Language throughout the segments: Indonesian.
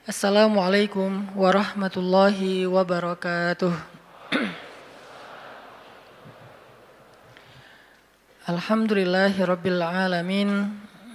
Assalamualaikum warahmatullahi wabarakatuh. Alhamdulillahi rabbil alamin.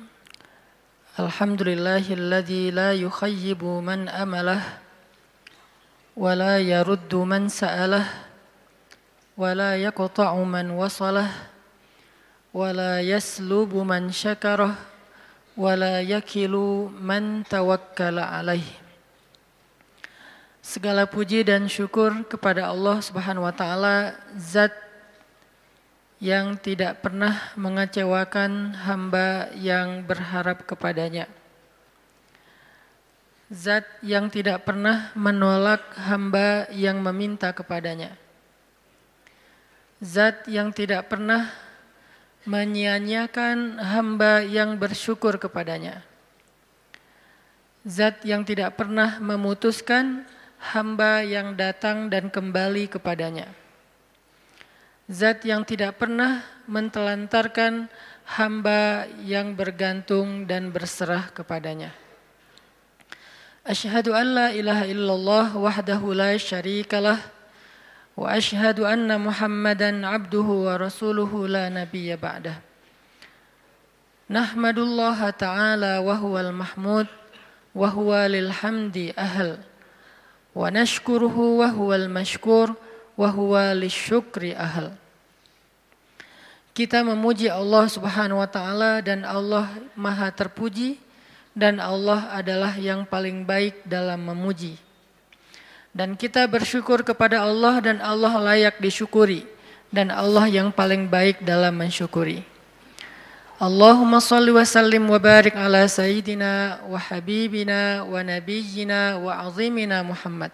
Alhamdulillahilladzi la yukhayyibu man amalah wa la yaruddu man sa'alah wa la yaqta'u man wasalah wa la yaslubu man syakarah wa la yakilu man tawakkala alaih. Segala puji dan syukur kepada Allah Subhanahu wa taala, zat yang tidak pernah mengecewakan hamba yang berharap kepadanya. Zat yang tidak pernah menolak hamba yang meminta kepadanya. Zat yang tidak pernah menyia-nyiakan hamba yang bersyukur kepadanya. Zat yang tidak pernah memutuskan hamba yang datang dan kembali kepadanya. Zat yang tidak pernah mentelantarkan hamba yang bergantung dan berserah kepadanya. Asyhadu an la ilaha illallah wahdahu la syarikalah wa asyhadu anna Muhammadan abduhu wa rasuluhu la nabiyya ba'dah. Nahmadullaha ta'ala wa huwal mahmud wa huwa lil hamdi ahl. Wa nashkuruhu wa huwal mashkur wa huwa lisyukri ahl. Kita memuji Allah Subhanahu wa taala dan Allah Maha terpuji dan Allah adalah yang paling baik dalam memuji. Dan kita bersyukur kepada Allah dan Allah layak disyukuri dan Allah yang paling baik dalam mensyukuri. Allahumma salli wa sallim wa barik ala sayyidina wa habibina wa nabiyyina wa azimina Muhammad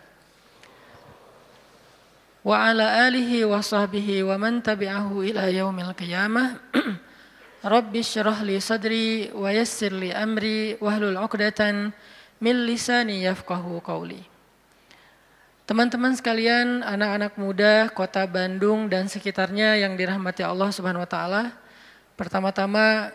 wa ala alihi wa sahbihi wa man tabi'ahu ila yaumil qiyamah. Rabbi syrah li sadri wa yassir li amri wahlul 'uqdatan min lisani yafqahu qawli. Teman-teman sekalian, anak-anak muda Kota Bandung dan sekitarnya yang dirahmati Allah Subhanahu wa taala. Pertama-tama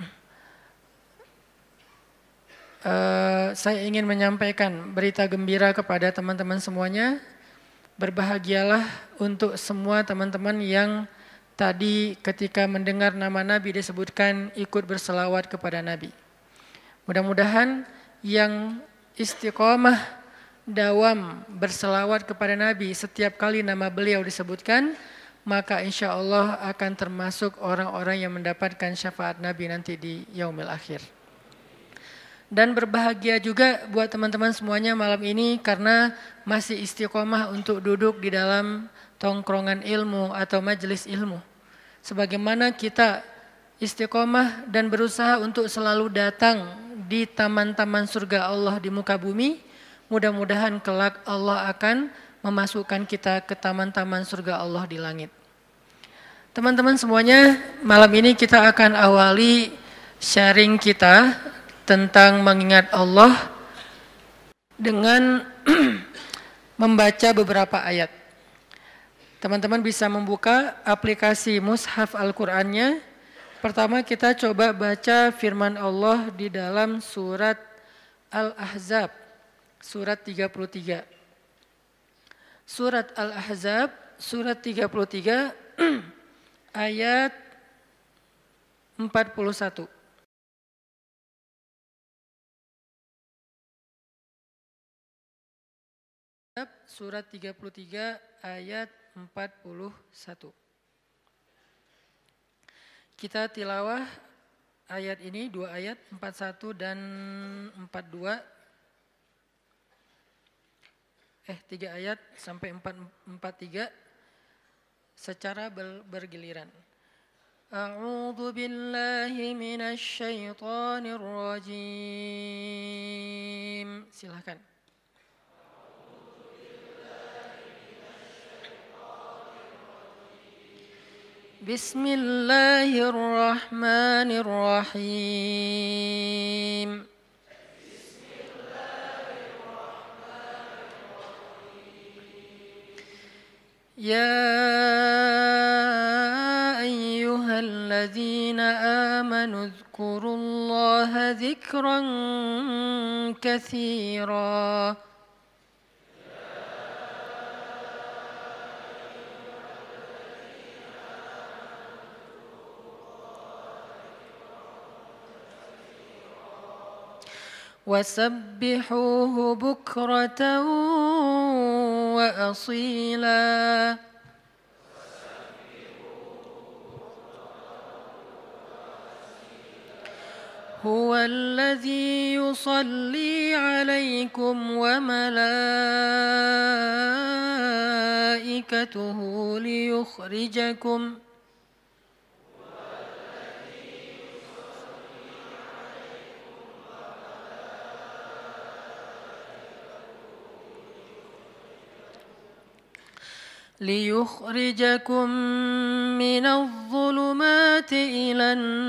saya ingin menyampaikan berita gembira kepada teman-teman semuanya. Berbahagialah untuk semua teman-teman yang tadi ketika mendengar nama Nabi disebutkan ikut berselawat kepada Nabi. Mudah-mudahan yang istiqomah dawam berselawat kepada Nabi setiap kali nama beliau disebutkan, maka insya Allah akan termasuk orang-orang yang mendapatkan syafaat Nabi nanti di yaumil akhir. Dan berbahagia juga buat teman-teman semuanya malam ini karena masih istiqomah untuk duduk di dalam tongkrongan ilmu atau majelis ilmu. Sebagaimana kita istiqomah dan berusaha untuk selalu datang di taman-taman surga Allah di muka bumi, mudah-mudahan kelak Allah akan memasukkan kita ke taman-taman surga Allah di langit. Teman-teman semuanya, malam ini kita akan awali sharing kita tentang mengingat Allah dengan membaca beberapa ayat. Teman-teman bisa membuka aplikasi Mushaf Al-Qur'annya. Pertama kita coba baca firman Allah di dalam surat Al-Ahzab, surat 33. Surat Al-Ahzab, surat 33, ayat 41. Surat 33, ayat 41. Kita tilawah ayat ini, dua ayat, 41 dan 42. 3 ayat sampai 43 secara bergiliran. A'udzu billahi minasy syaithanir rajim. Silakan. Bismillahirrahmanirrahim. يا أيها الذين آمنوا اذكروا الله ذكرا كثيرا وسبحوه بكرة وأصيلا هو الذي يصلي عليكم وملائكته ليخرجكم من الظلمات إلى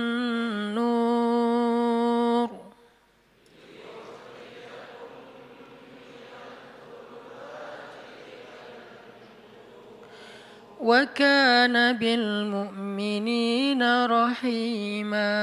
النور وكان بالمؤمنين رحيما.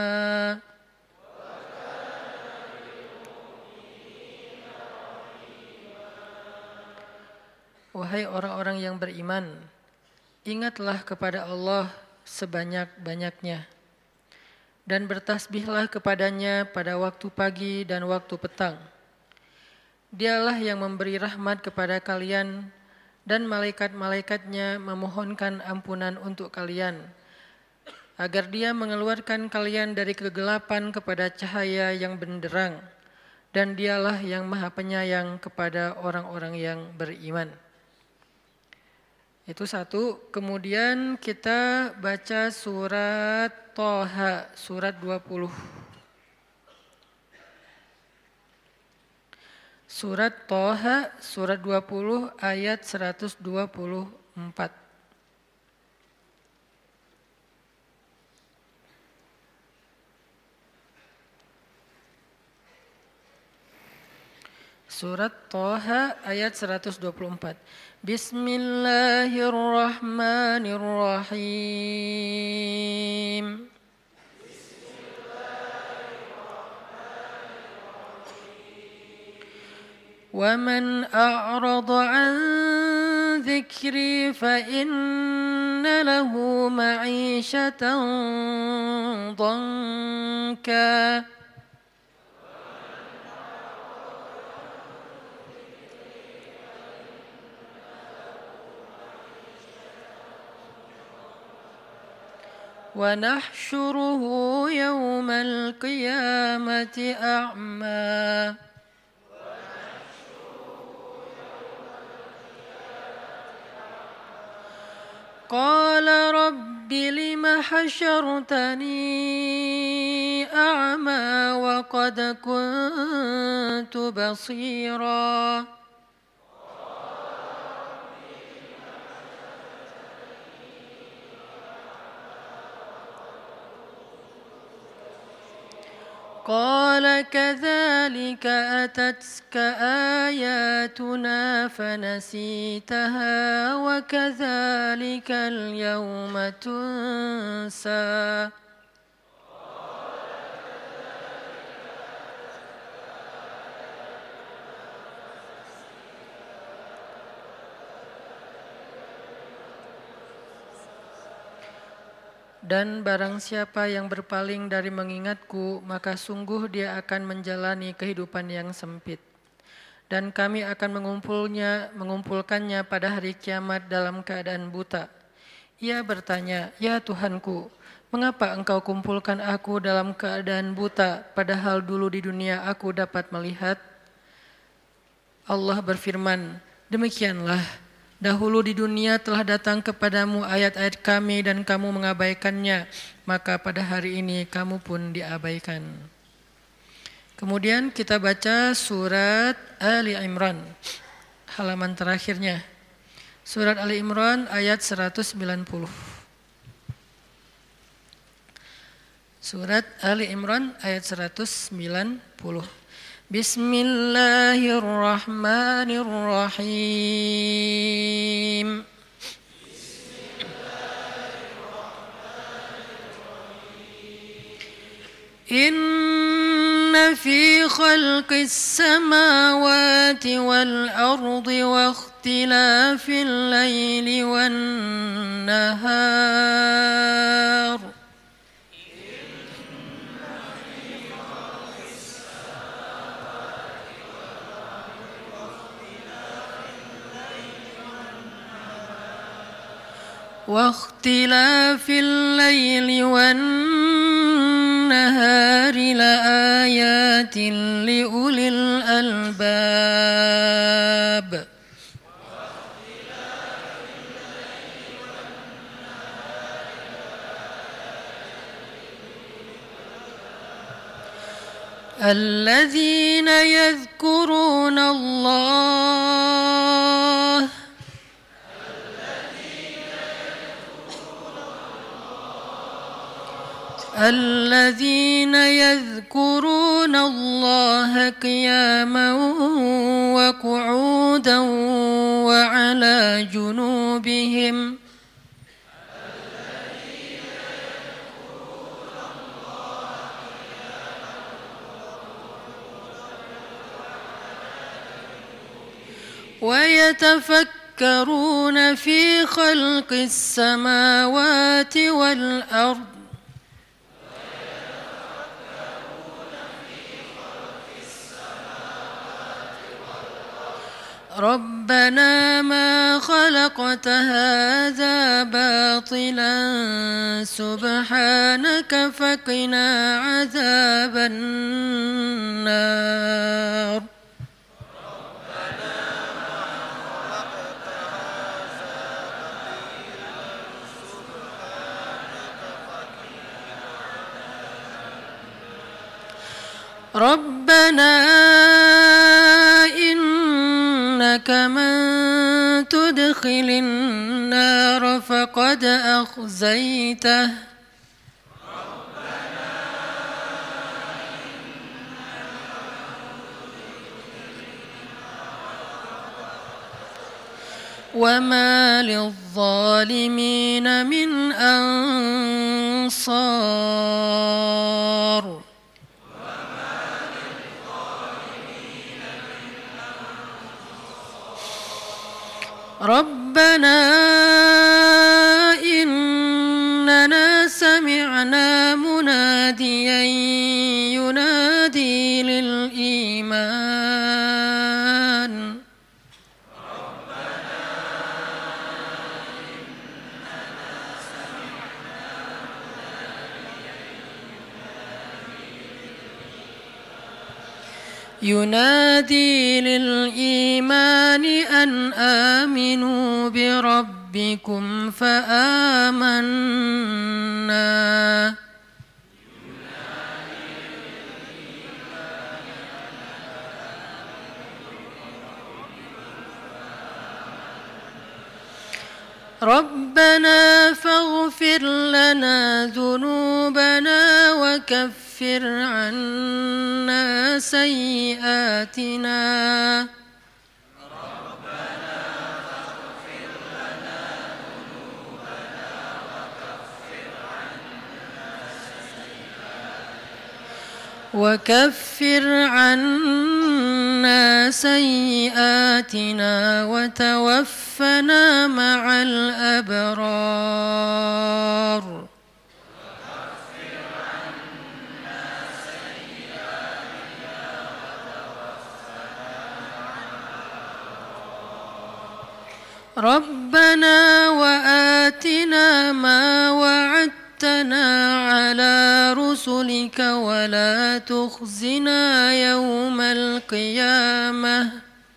Wahai orang-orang yang beriman, ingatlah kepada Allah sebanyak-banyaknya dan bertasbihlah kepadanya pada waktu pagi dan waktu petang. Dialah yang memberi rahmat kepada kalian dan malaikat-malaikatnya memohonkan ampunan untuk kalian agar Dia mengeluarkan kalian dari kegelapan kepada cahaya yang benderang, dan Dialah yang Maha Penyayang kepada orang-orang yang beriman. Itu satu. Kemudian kita baca surat Thaha, surat 20. Surat Thaha, surat 20 ayat 124. Surat Thaha ayat 124. Bismillahirrahmanirrahim. وَمَنْ أَعْرَضَ عَنْ ذِكْرِي فَإِنَّ لَهُ مَعِيشَةً ضَنْكًا وَنَحْشُرُهُ يَوْمَ الْقِيَامَةِ أَعْمَى قال رب لم حشرتني أعمى وقد كنت بصيرا قال كذلك أتتك آياتنا فنسيتها وكذلك اليوم تنسى Dan barang siapa yang berpaling dari mengingatku, maka sungguh dia akan menjalani kehidupan yang sempit. Dan kami akan mengumpulkannya pada hari kiamat dalam keadaan buta. Ia bertanya, "Ya Tuhanku, mengapa engkau kumpulkan aku dalam keadaan buta, padahal dulu di dunia aku dapat melihat?" Allah berfirman, "Demikianlah. Dahulu di dunia telah datang kepadamu ayat-ayat kami dan kamu mengabaikannya, maka pada hari ini kamu pun diabaikan." Kemudian kita baca surat Ali Imran, halaman terakhirnya. Surat Ali Imran ayat 190. Surat Ali Imran ayat 190. Bismillahirrahmanirrahim. Inna في خلق السماوات والأرض واختلاف الليل والنهار لآيات لأولي الألباب الذين يذكرون الله قياما وقعودا وعلى جنوبهم ويتفكرون في خلق السماوات والأرض ربنا ما خلقت هذا باطلا سبحانك فقنا عذاب النار ربنا إنك من تدخل النار فقد أخزيته وما للظالمين من أنصار ربنا إننا سمعنا مناديا ينادي للإيمان أن آمنوا بربكم فآمنا ربنا فاغفر لنا ذنوبنا وكفر عنا سيئاتنا وتوفنا مع الأبرار ربنا وآتنا ما وعدتنا على رسلك ولا تخزنا يوم القيامة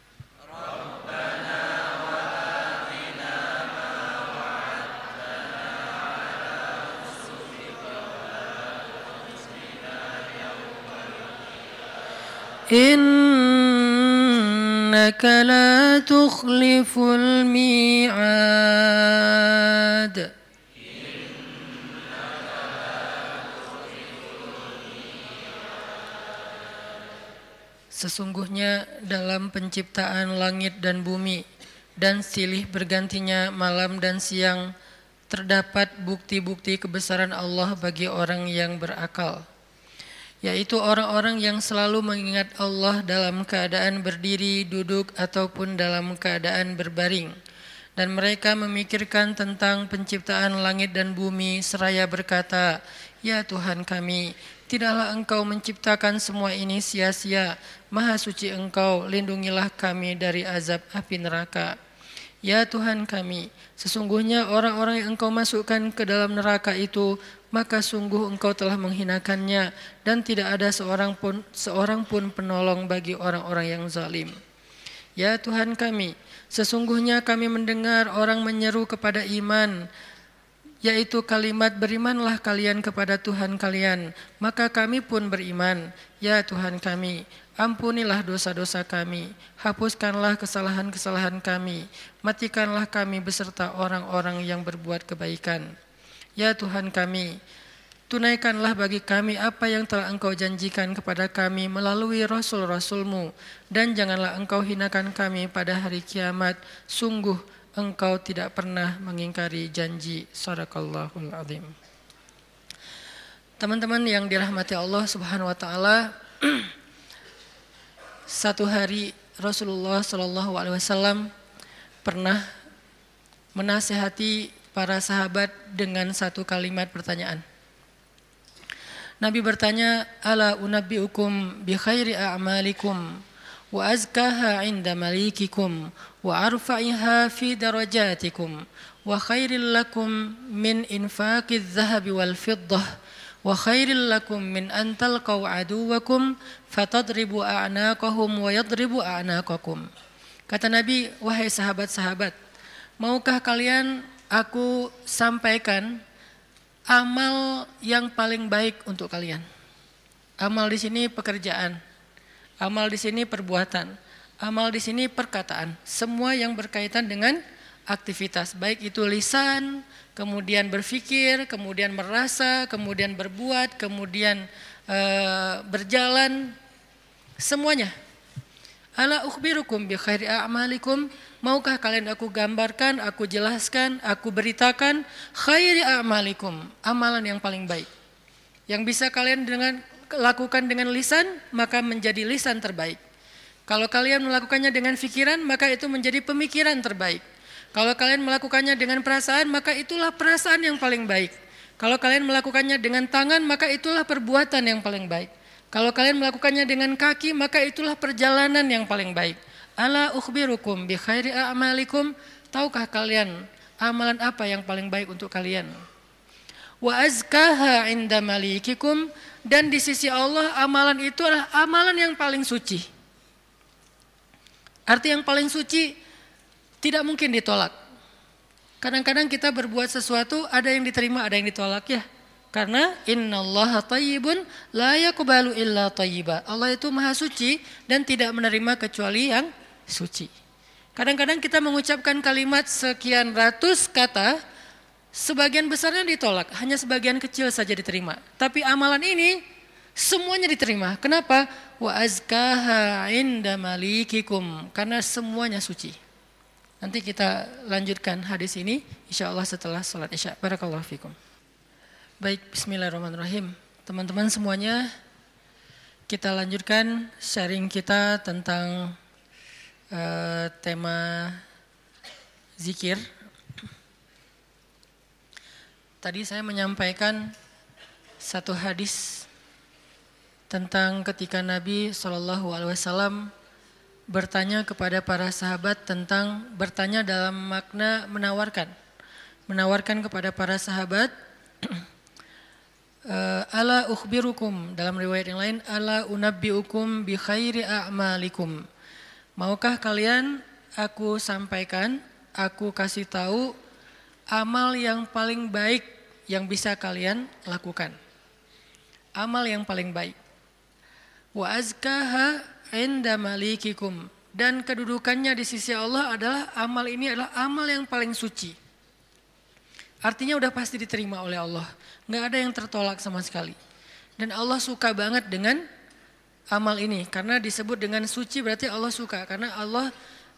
إنك لا تخلف الميعاد. Sesungguhnya dalam penciptaan langit dan bumi dan silih bergantinya malam dan siang terdapat bukti-bukti kebesaran Allah bagi orang yang berakal. yaitu orang-orang yang selalu mengingat Allah dalam keadaan berdiri, duduk, ataupun dalam keadaan berbaring. Dan mereka memikirkan tentang penciptaan langit dan bumi seraya berkata, "Ya Tuhan kami, tidaklah Engkau menciptakan semua ini sia-sia. Maha suci Engkau, lindungilah kami dari azab api neraka." Ya Tuhan kami, sesungguhnya orang-orang yang Engkau masukkan ke dalam neraka itu, maka sungguh Engkau telah menghinakannya dan tidak ada seorang pun penolong bagi orang-orang yang zalim. Ya Tuhan kami, sesungguhnya kami mendengar orang menyeru kepada iman, yaitu kalimat berimanlah kalian kepada Tuhan kalian, maka kami pun beriman. Ya Tuhan kami, ampunilah dosa-dosa kami, hapuskanlah kesalahan-kesalahan kami, matikanlah kami beserta orang-orang yang berbuat kebaikan. Ya Tuhan kami, tunaikanlah bagi kami apa yang telah Engkau janjikan kepada kami melalui Rasul-Rasul-Mu, dan janganlah Engkau hinakan kami pada hari kiamat. Sungguh Engkau tidak pernah mengingkari janji. Shadaqallahul azim. Teman-teman yang dirahmati Allah Subhanahu wa taala, satu hari Rasulullah Shallallahu alaihi wasallam pernah menasihati para sahabat dengan satu kalimat pertanyaan. Nabi bertanya, "Ala unabbiukum bi khairi a'malikum wa azkaha 'inda malikikum wa arfa'iha fi darajatikum wa khairil lakum min infaqiz zahabi wal fiddah wa khairil lakum min an talqaw aduwakum fatadribu a'naqahum wa yadribu a'naqakum." Kata Nabi, "Wahai sahabat-sahabat, maukah kalian aku sampaikan amal yang paling baik untuk kalian?" Amal di sini pekerjaan, amal di sini perbuatan, amal di sini perkataan, semua yang berkaitan dengan aktivitas, baik itu lisan, kemudian berpikir, kemudian merasa, kemudian berbuat, kemudian berjalan, semuanya. Ala ukhbirukum bi khairi a'malikum, maukah kalian aku gambarkan, aku jelaskan, aku beritakan khairi a'malikum, amalan yang paling baik. Yang bisa kalian lakukan dengan lisan, maka menjadi lisan terbaik. Kalau kalian melakukannya dengan pikiran, maka itu menjadi pemikiran terbaik. Kalau kalian melakukannya dengan perasaan, maka itulah perasaan yang paling baik. Kalau kalian melakukannya dengan tangan, maka itulah perbuatan yang paling baik. Kalau kalian melakukannya dengan kaki, maka itulah perjalanan yang paling baik. Ala ukhbirukum bi khairi a'malikum, tahukah kalian amalan apa yang paling baik untuk kalian? Wa azkaha 'inda malikikum, dan di sisi Allah amalan itu adalah amalan yang paling suci. Arti yang paling suci tidak mungkin ditolak. Kadang-kadang kita berbuat sesuatu, ada yang diterima, ada yang ditolak ya. Karena innallaha thayyibun la yaqbalu illa thayyiba. Allah itu maha suci dan tidak menerima kecuali yang suci. Kadang-kadang kita mengucapkan kalimat sekian ratus kata, sebagian besarnya ditolak, hanya sebagian kecil saja diterima. Tapi amalan ini semuanya diterima. Kenapa? Wa azkaha 'inda malikikum, karena semuanya suci. Nanti kita lanjutkan hadis ini insyaallah setelah salat Isya. Barakallahu fikum. Baik, bismillahirrahmanirrahim. Teman-teman semuanya, kita lanjutkan sharing kita tentang tema zikir. Tadi saya menyampaikan satu hadis tentang ketika Nabi SAW bertanya kepada para sahabat tentang, bertanya dalam makna menawarkan kepada para sahabat, ala ukhbirukum, dalam riwayat yang lain, ala unabbiukum bi khairi a'malikum, maukah kalian aku sampaikan, aku kasih tahu amal yang paling baik yang bisa kalian lakukan, amal yang paling baik. Wa azkaha 'inda malikikum, dan kedudukannya di sisi Allah adalah amal ini adalah amal yang paling suci. Artinya udah pasti diterima oleh Allah, nggak ada yang tertolak sama sekali. Dan Allah suka banget dengan amal ini, karena disebut dengan suci berarti Allah suka, karena Allah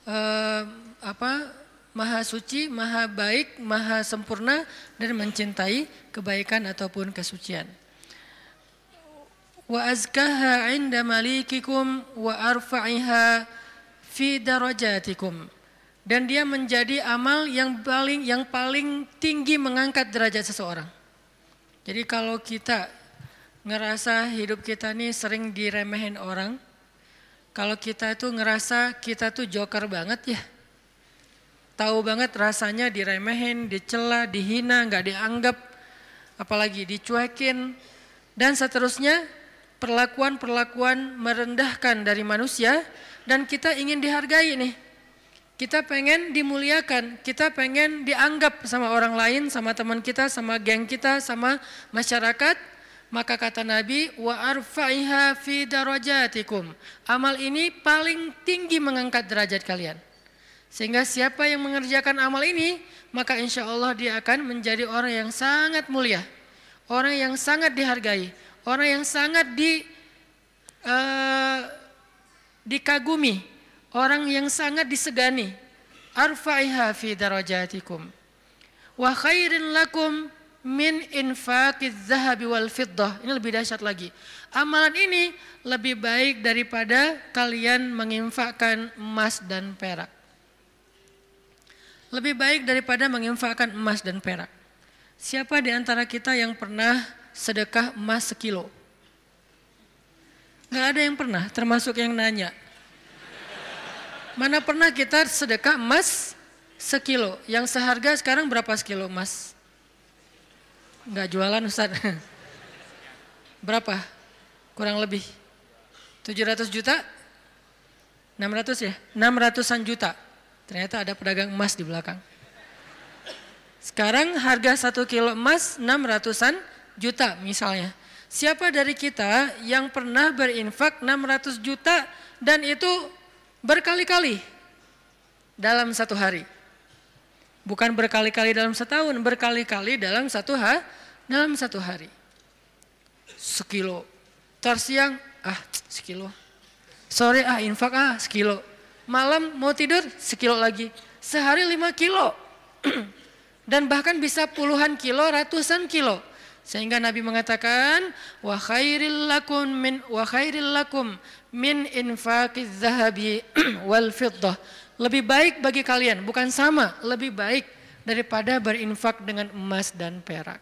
maha suci, maha baik, maha sempurna dan mencintai kebaikan ataupun kesucian. wa azkaha 'inda malikikum wa arfa'iha fi darajatikum. Dan dia menjadi amal yang paling tinggi mengangkat derajat seseorang. Jadi kalau kita ngerasa hidup kita nih sering diremehin orang, kalau kita tuh ngerasa kita tuh joker banget ya, tahu banget rasanya diremehin, dicela, dihina, nggak dianggap, apalagi dicuekin, dan seterusnya, perlakuan-perlakuan merendahkan dari manusia, dan kita ingin dihargai nih. Kita pengen dimuliakan, kita pengen dianggap sama orang lain, sama teman kita, sama geng kita, sama masyarakat. Maka kata Nabi, wa arfa'iha fi darajatikum. Amal ini paling tinggi mengangkat derajat kalian. Sehingga siapa yang mengerjakan amal ini, maka insya Allah dia akan menjadi orang yang sangat mulia, orang yang sangat dihargai, orang yang sangat dikagumi, orang yang sangat disegani. Arfa'iha fi darajatikum. Wa khairin lakum min infaqiz zahabi wal fiddah. Ini lebih dahsyat lagi. Amalan ini lebih baik daripada kalian menginfakkan emas dan perak. Lebih baik daripada menginfakkan emas dan perak. Siapa di antara kita yang pernah sedekah emas sekilo? Gak ada yang pernah, termasuk yang nanya. Mana pernah kita sedekah emas sekilo? Yang seharga sekarang berapa sekilo emas? Enggak jualan Ustaz. Berapa? Kurang lebih 700 juta? 600 ya? 600-an juta. Ternyata ada pedagang emas di belakang. Sekarang harga 1 kilo emas 600-an juta misalnya. Siapa dari kita yang pernah berinfak 600 juta dan itu berkali-kali dalam satu hari? Bukan berkali-kali dalam setahun, berkali-kali dalam satu hari. Sekilo. Ntar siang, sekilo. Sore infak sekilo. Malam mau tidur sekilo lagi. Sehari 5 kilo. Dan bahkan bisa puluhan kilo, ratusan kilo. Sehingga Nabi mengatakan wa khairil lakum min infaqiz zahabi wal fiddah. Lebih baik bagi kalian, bukan sama, lebih baik daripada berinfak dengan emas dan perak.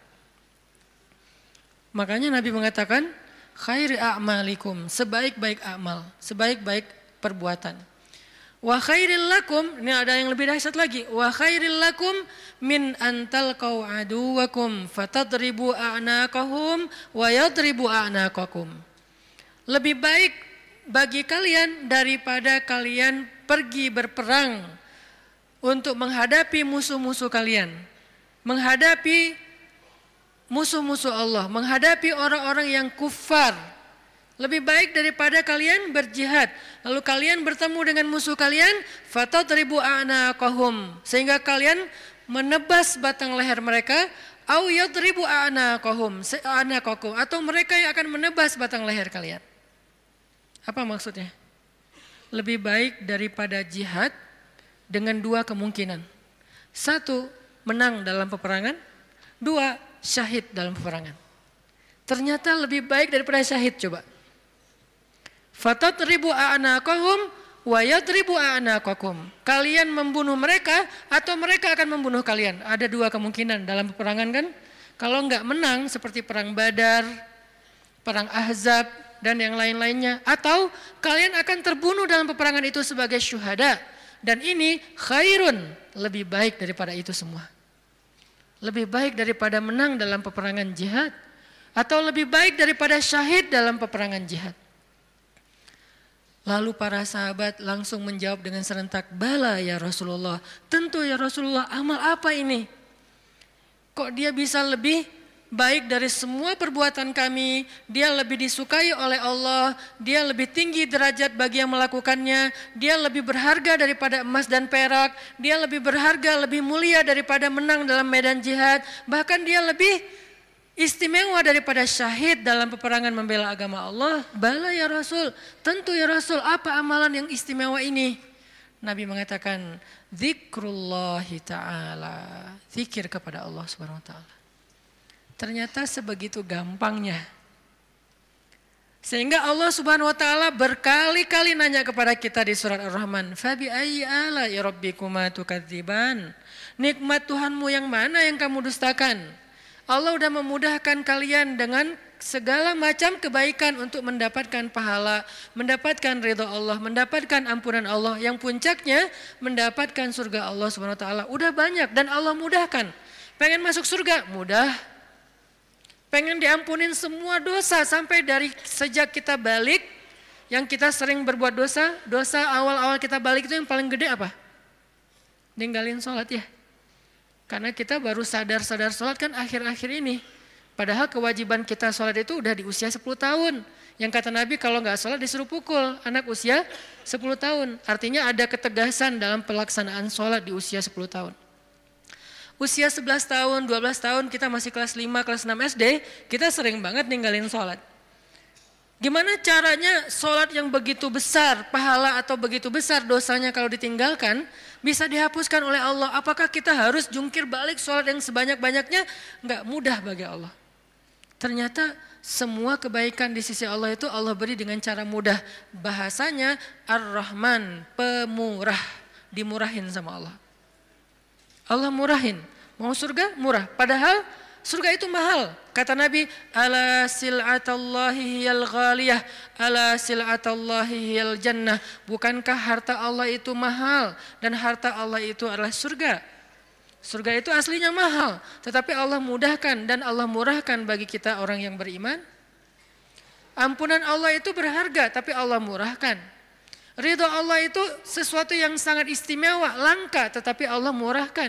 Makanya Nabi mengatakan khairi a'malikum, sebaik-baik amal, sebaik-baik perbuatan. Wa khairil lakum, ini ada yang lebih dahsyat lagi. Wa khairil lakum min antal qaw aduwakum fatadribu a'naqahum wa yadribu a'naqakum. Lebih baik bagi kalian daripada kalian pergi berperang untuk menghadapi musuh-musuh kalian, menghadapi musuh-musuh Allah, menghadapi orang-orang yang kufar. Lebih baik daripada kalian berjihad, lalu kalian bertemu dengan musuh kalian, fatadribu a'naqahum, sehingga kalian menebas batang leher mereka, au yadribu a'naqahum, atau mereka yang akan menebas batang leher kalian. Apa maksudnya? Lebih baik daripada jihad dengan dua kemungkinan. Satu, menang dalam peperangan. Dua, syahid dalam peperangan. Ternyata lebih baik daripada syahid, coba. Fatadribu a'naqahum wa yadribu a'naqakum. Kalian membunuh mereka atau mereka akan membunuh kalian. Ada dua kemungkinan dalam peperangan kan? Kalau enggak menang seperti perang Badar, perang Ahzab dan yang lain-lainnya, atau kalian akan terbunuh dalam peperangan itu sebagai syuhada. Dan ini khairun, lebih baik daripada itu semua. Lebih baik daripada menang dalam peperangan jihad, atau lebih baik daripada syahid dalam peperangan jihad. Lalu para sahabat langsung menjawab dengan serentak, bala ya Rasulullah, tentu ya Rasulullah, amal apa ini? Kok dia bisa lebih baik dari semua perbuatan kami, dia lebih disukai oleh Allah, dia lebih tinggi derajat bagi yang melakukannya, dia lebih berharga daripada emas dan perak, dia lebih berharga, lebih mulia daripada menang dalam medan jihad, bahkan dia lebih istimewa daripada syahid dalam peperangan membela agama Allah. Bala ya Rasul, tentu ya Rasul, apa amalan yang istimewa ini? Nabi mengatakan, zikrullahi ta'ala, zikir kepada Allah subhanahu wa ta'ala. Ternyata sebegitu gampangnya. Sehingga Allah Subhanahu wa taala berkali-kali nanya kepada kita di surat Ar-Rahman, "Fabi ayyi ala'i rabbikuma tukadziban?" Nikmat Tuhanmu yang mana yang kamu dustakan? Allah sudah memudahkan kalian dengan segala macam kebaikan untuk mendapatkan pahala, mendapatkan ridha Allah, mendapatkan ampunan Allah, yang puncaknya mendapatkan surga Allah Subhanahu wa taala. Udah banyak dan Allah mudahkan. Pengen masuk surga? Mudah. Pengen diampunin semua dosa sampai dari sejak kita balik, yang kita sering berbuat dosa, dosa awal-awal kita balik itu yang paling gede apa? Ninggalin sholat ya. Karena kita baru sadar-sadar sholat kan akhir-akhir ini. Padahal kewajiban kita sholat itu udah di usia 10 tahun. Yang kata Nabi kalau nggak sholat disuruh pukul anak usia 10 tahun. Artinya ada ketegasan dalam pelaksanaan sholat di usia 10 tahun. Usia 11 tahun, 12 tahun kita masih kelas 5, kelas 6 SD, kita sering banget ninggalin sholat. Gimana caranya sholat yang begitu besar, pahala atau begitu besar dosanya kalau ditinggalkan, bisa dihapuskan oleh Allah? Apakah kita harus jungkir balik sholat yang sebanyak-banyaknya? Enggak mudah bagi Allah. Ternyata semua kebaikan di sisi Allah itu Allah beri dengan cara mudah. Bahasanya Ar-Rahman, pemurah, dimurahin sama Allah. Allah murahin, mau surga murah, padahal surga itu mahal. Kata Nabi, ala sil'atallahi hiyal ghaliyah, ala sil'atallahi hiyal jannah. Bukankah harta Allah itu mahal dan harta Allah itu adalah surga. Surga itu aslinya mahal, tetapi Allah mudahkan dan Allah murahkan bagi kita orang yang beriman. Ampunan Allah itu berharga, tapi Allah murahkan. Ridha Allah itu sesuatu yang sangat istimewa, langka, tetapi Allah murahkan.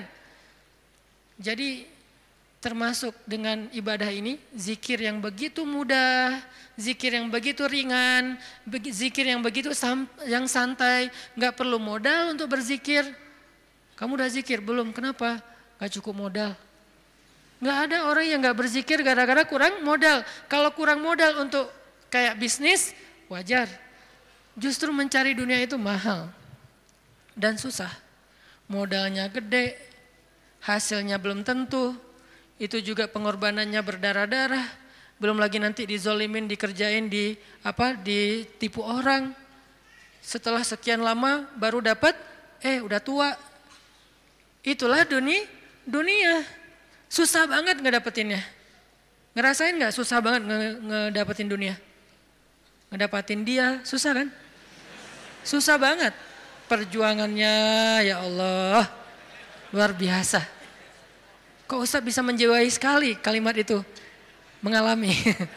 Jadi termasuk dengan ibadah ini, zikir yang begitu mudah, zikir yang begitu ringan, zikir yang begitu yang santai, nggak perlu modal untuk berzikir. Kamu udah zikir belum? Kenapa? Nggak cukup modal. Nggak ada orang yang nggak berzikir gara-gara kurang modal. Kalau kurang modal untuk kayak bisnis, wajar. Justru mencari dunia itu mahal dan susah. Modalnya gede, hasilnya belum tentu. Itu juga pengorbanannya berdarah-darah. Belum lagi nanti dizolimin, dikerjain, ditipu orang. Setelah sekian lama baru dapat, udah tua. Itulah dunia. Susah banget ngedapetinnya. Ngerasain gak susah banget ngedapetin dunia? Ngedapatin dia, susah kan? Susah banget. Perjuangannya ya Allah, luar biasa. Kok Ustaz bisa menjiwai sekali kalimat itu? Mengalami.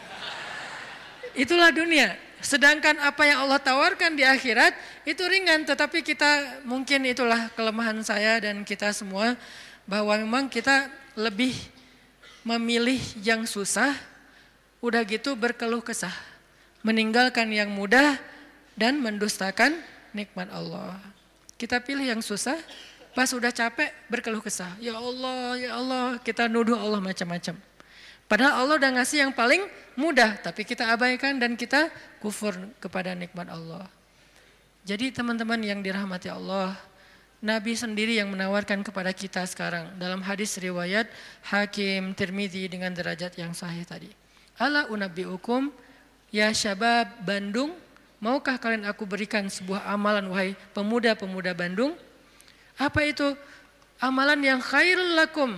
Itulah dunia. Sedangkan apa yang Allah tawarkan di akhirat itu ringan. Tetapi kita, mungkin itulah kelemahan saya dan kita semua, bahwa memang kita lebih memilih yang susah, udah gitu berkeluh kesah. Meninggalkan yang mudah dan mendustakan nikmat Allah. Kita pilih yang susah, pas udah capek berkeluh kesah. Ya Allah, kita nuduh Allah macam-macam. Padahal Allah udah ngasih yang paling mudah, tapi kita abaikan dan kita kufur kepada nikmat Allah. Jadi teman-teman yang dirahmati Allah, Nabi sendiri yang menawarkan kepada kita sekarang dalam hadis riwayat Hakim Tirmidzi dengan derajat yang sahih tadi. Ala unabbiukum ya syabab Bandung, maukah kalian aku berikan sebuah amalan wahai pemuda-pemuda Bandung? Apa itu? Amalan yang khairul lakum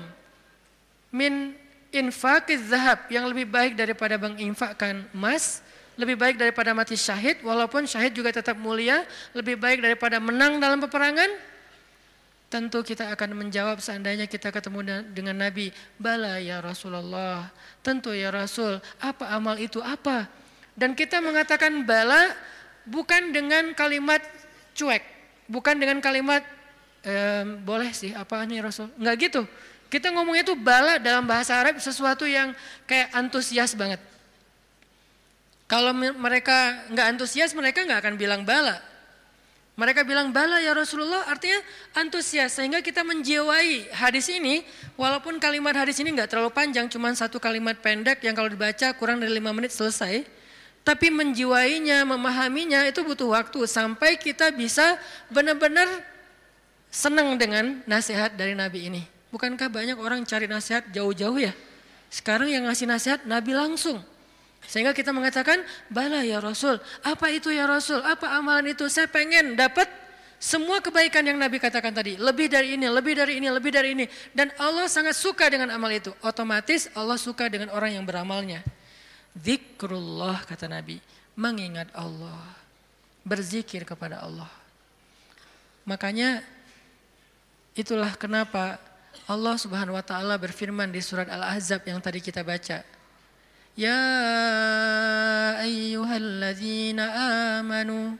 min infaqiz zahab, yang lebih baik daripada menginfakkan emas, lebih baik daripada mati syahid, walaupun syahid juga tetap mulia, lebih baik daripada menang dalam peperangan. Tentu kita akan menjawab seandainya kita ketemu dengan Nabi, bala ya Rasulullah, tentu ya Rasul, apa amal itu apa? Dan kita mengatakan bala bukan dengan kalimat cuek, bukan dengan kalimat boleh sih apa nih Rasul, enggak gitu. Kita ngomongnya itu bala dalam bahasa Arab sesuatu yang kayak antusias banget. Kalau mereka enggak antusias, mereka enggak akan bilang bala. Mereka bilang bala ya Rasulullah, artinya antusias. Sehingga kita menjiwai hadis ini, walaupun kalimat hadis ini enggak terlalu panjang, cuma satu kalimat pendek yang kalau dibaca kurang dari 5 menit selesai. Tapi menjiwainya, memahaminya itu butuh waktu sampai kita bisa benar-benar senang dengan nasihat dari Nabi ini. Bukankah banyak orang cari nasihat jauh-jauh ya? Sekarang yang ngasih nasihat Nabi langsung. Sehingga kita mengatakan, bala ya Rasul, apa itu ya Rasul, apa amalan itu, saya pengen dapat semua kebaikan yang Nabi katakan tadi, lebih dari ini, lebih dari ini, lebih dari ini. Dan Allah sangat suka dengan amal itu, otomatis Allah suka dengan orang yang beramalnya. Zikrullah kata Nabi, mengingat Allah, berzikir kepada Allah. Makanya itulah kenapa Allah Subhanahu wa taala berfirman di surat Al-Ahzab yang tadi kita baca. Ya ayyuhalladzina amanu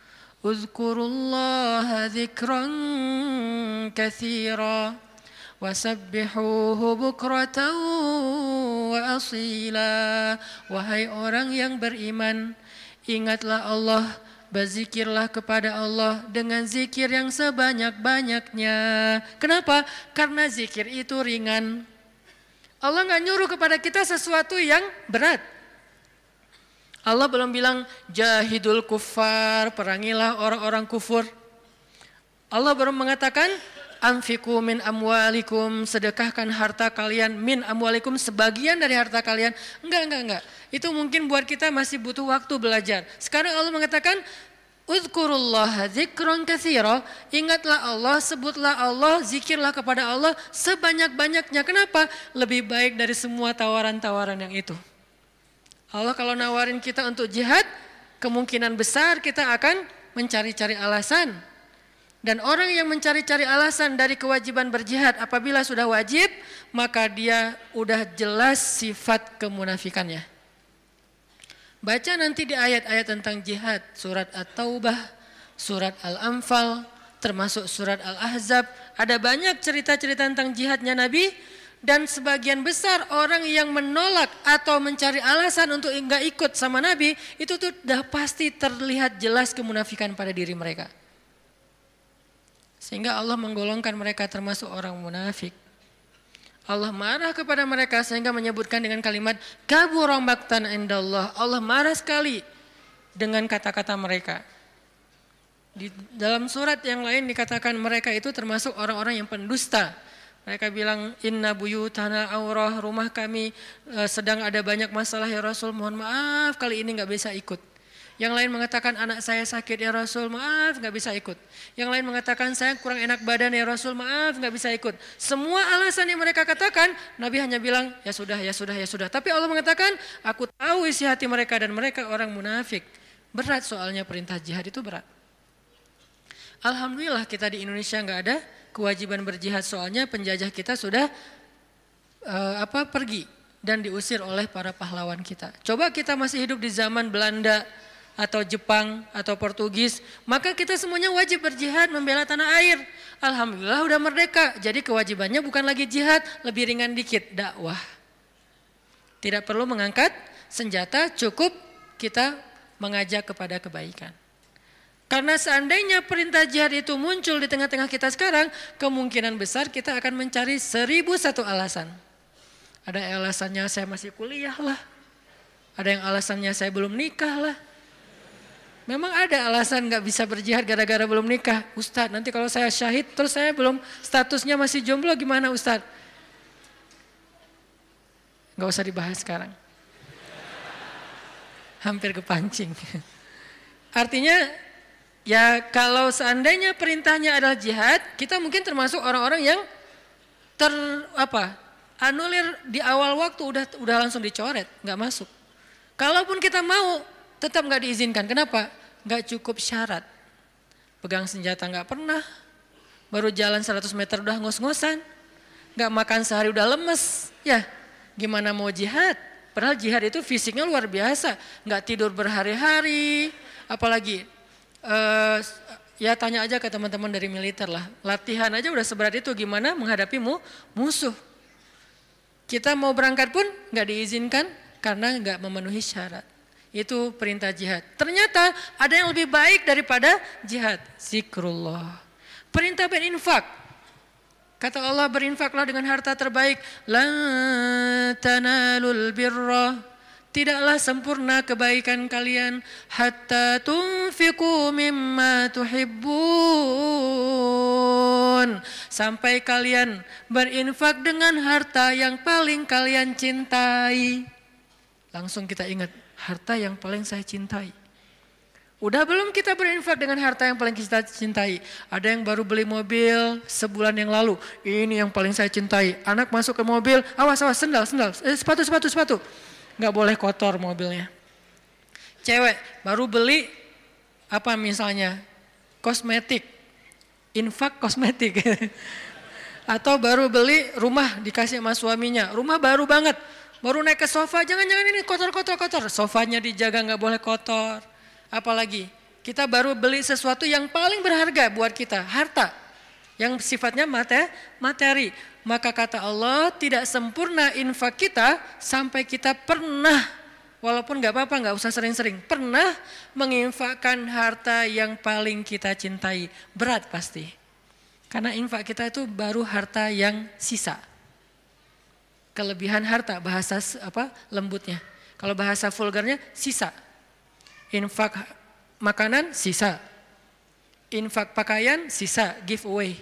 uzkurullaha dzikran katsira wasabbihuhu bukratan wa asila. Wahai orang yang beriman, ingatlah Allah, berzikirlah kepada Allah dengan zikir yang sebanyak-banyaknya. Kenapa? Karena zikir itu ringan. Allah nggak nyuruh kepada kita sesuatu yang berat. Allah belum bilang jahidul kuffar, perangilah orang-orang kufur. Allah baru mengatakan anfiqu min amwalikum, sedekahkan harta kalian, min amwalikum, sebagian dari harta kalian. Enggak. Itu mungkin buat kita masih butuh waktu belajar. Sekarang Allah mengatakan uzkurullaha dzikran katsira, ingatlah Allah, sebutlah Allah, zikirlah kepada Allah sebanyak-banyaknya. Kenapa? Lebih baik dari semua tawaran-tawaran yang itu. Allah kalau nawarin kita untuk jihad, kemungkinan besar kita akan mencari-cari alasan. Dan orang yang mencari-cari alasan dari kewajiban berjihad apabila sudah wajib, maka dia udah jelas sifat kemunafikannya. Baca nanti di ayat-ayat tentang jihad, surat At-Taubah, surat Al-Anfal, termasuk surat Al-Ahzab. Ada banyak cerita-cerita tentang jihadnya Nabi, dan sebagian besar orang yang menolak atau mencari alasan untuk enggak ikut sama Nabi, itu tuh udah pasti terlihat jelas kemunafikan pada diri mereka. Sehingga Allah menggolongkan mereka termasuk orang munafik. Allah marah kepada mereka sehingga menyebutkan dengan kalimat kabura maqtan indallah. Allah marah sekali dengan kata-kata mereka. Di dalam surat yang lain dikatakan mereka itu termasuk orang-orang yang pendusta. Mereka bilang inna buyutana aurah, rumah kami sedang ada banyak masalah ya Rasul, mohon maaf kali ini enggak bisa ikut. Yang lain mengatakan anak saya sakit ya Rasul, maaf nggak bisa ikut. Yang lain mengatakan saya kurang enak badan ya Rasul, maaf nggak bisa ikut. Semua alasan yang mereka katakan, Nabi hanya bilang ya sudah, ya sudah, ya sudah. Tapi Allah mengatakan aku tahu isi hati mereka dan mereka orang munafik. Berat soalnya perintah jihad itu berat. Alhamdulillah kita di Indonesia nggak ada kewajiban berjihad, soalnya penjajah kita sudah pergi dan diusir oleh para pahlawan kita. Coba kita masih hidup di zaman Belanda atau Jepang atau Portugis, maka kita semuanya wajib berjihad membela tanah air. Alhamdulillah udah merdeka, jadi kewajibannya bukan lagi jihad, lebih ringan dikit, dakwah. Tidak perlu mengangkat senjata, cukup kita mengajak kepada kebaikan. Karena seandainya perintah jihad itu muncul di tengah-tengah kita sekarang, kemungkinan besar kita akan mencari 1001 alasan. Ada alasannya saya masih kuliah lah, ada yang alasannya saya belum nikah lah. Memang ada alasan gak bisa berjihad gara-gara belum nikah. Ustadz, nanti kalau saya syahid terus saya belum, statusnya masih jomblo gimana Ustadz? Gak usah dibahas sekarang. Hampir kepancing. Artinya ya kalau seandainya perintahnya adalah jihad, kita mungkin termasuk orang-orang yang anulir di awal waktu udah langsung dicoret, gak masuk. Kalaupun kita mau, tetap nggak diizinkan. Kenapa? Nggak cukup syarat. Pegang senjata nggak pernah, baru jalan 100 meter udah ngos-ngosan, nggak makan sehari udah lemes. Ya, gimana mau jihad? Padahal jihad itu fisiknya luar biasa, nggak tidur berhari-hari, apalagi ya tanya aja ke teman-teman dari militer lah. Latihan aja udah seberat itu, gimana menghadapi musuh? Kita mau berangkat pun nggak diizinkan karena nggak memenuhi syarat. Itu perintah jihad. Ternyata ada yang lebih baik daripada jihad. Zikrullah. Perintah berinfak. Kata Allah, berinfaklah dengan harta terbaik. Lan tanalul birra. Tidaklah sempurna kebaikan kalian. Hatta tunfiqu mimma tuhibbun. Sampai kalian berinfak dengan harta yang paling kalian cintai. Langsung kita ingat, harta yang paling saya cintai. Udah belum kita berinfak dengan harta yang paling kita cintai? Ada yang baru beli mobil sebulan yang lalu. Ini yang paling saya cintai. Anak masuk ke mobil, awas, sendal, sepatu. Nggak boleh kotor mobilnya. Cewek baru beli apa misalnya? Kosmetik. Infak kosmetik. Atau baru beli rumah dikasih sama suaminya. Rumah baru banget. Baru naik ke sofa, jangan-jangan ini kotor. Sofanya dijaga nggak boleh kotor. Apalagi kita baru beli sesuatu yang paling berharga buat kita, harta yang sifatnya materi. Maka kata Allah, tidak sempurna infak kita sampai kita pernah, walaupun gak apa-apa, gak usah sering-sering, pernah menginfakkan harta yang paling kita cintai. Berat pasti, karena infak kita itu baru harta yang sisa. Kelebihan harta, bahasa lembutnya. Kalau bahasa vulgarnya, sisa. Infak makanan sisa, infak pakaian sisa, giveaway.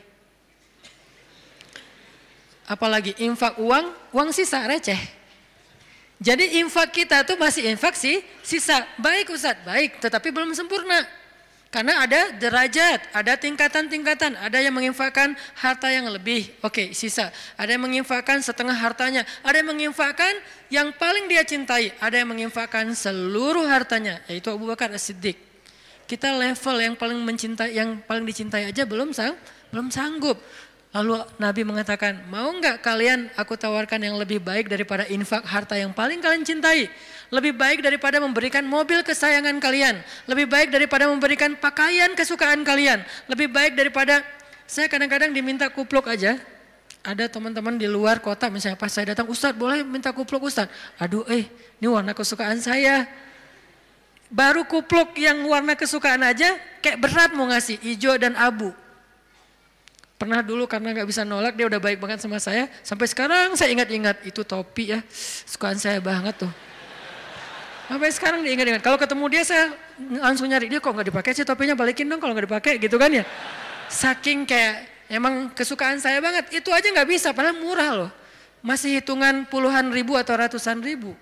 Apalagi infak uang sisa, receh. Jadi infak kita tuh masih infak sisa. Baik Ustadz, baik, tetapi belum sempurna. Karena ada derajat, ada tingkatan-tingkatan. Ada yang menginfakkan harta yang lebih, oke, sisa. Ada yang menginfakkan setengah hartanya. Ada yang menginfakkan yang paling dia cintai. Ada yang menginfakkan seluruh hartanya, yaitu Abu Bakar As-Siddiq. Kita level yang paling dicintai aja belum sanggup. Lalu Nabi mengatakan, mau enggak kalian aku tawarkan yang lebih baik daripada infak harta yang paling kalian cintai? Lebih baik daripada memberikan mobil kesayangan kalian. Lebih baik daripada memberikan pakaian kesukaan kalian. Lebih baik daripada, saya kadang-kadang diminta kupluk aja. Ada teman-teman di luar kota misalnya pas saya datang, Ustadz boleh minta kupluk Ustadz? Aduh ini warna kesukaan saya. Baru kupluk yang warna kesukaan aja kayak berat mau ngasih, hijau dan abu. Pernah dulu karena gak bisa nolak, dia udah baik banget sama saya. Sampai sekarang saya ingat-ingat, itu topi ya, sukaan saya banget tuh. Sampai sekarang diingat-ingat. Kalau ketemu dia saya langsung nyari, dia kok gak dipakai sih topinya, balikin dong kalau gak dipakai gitu kan ya. Saking kayak emang kesukaan saya banget, itu aja gak bisa padahal murah loh. Masih hitungan puluhan ribu atau ratusan ribu.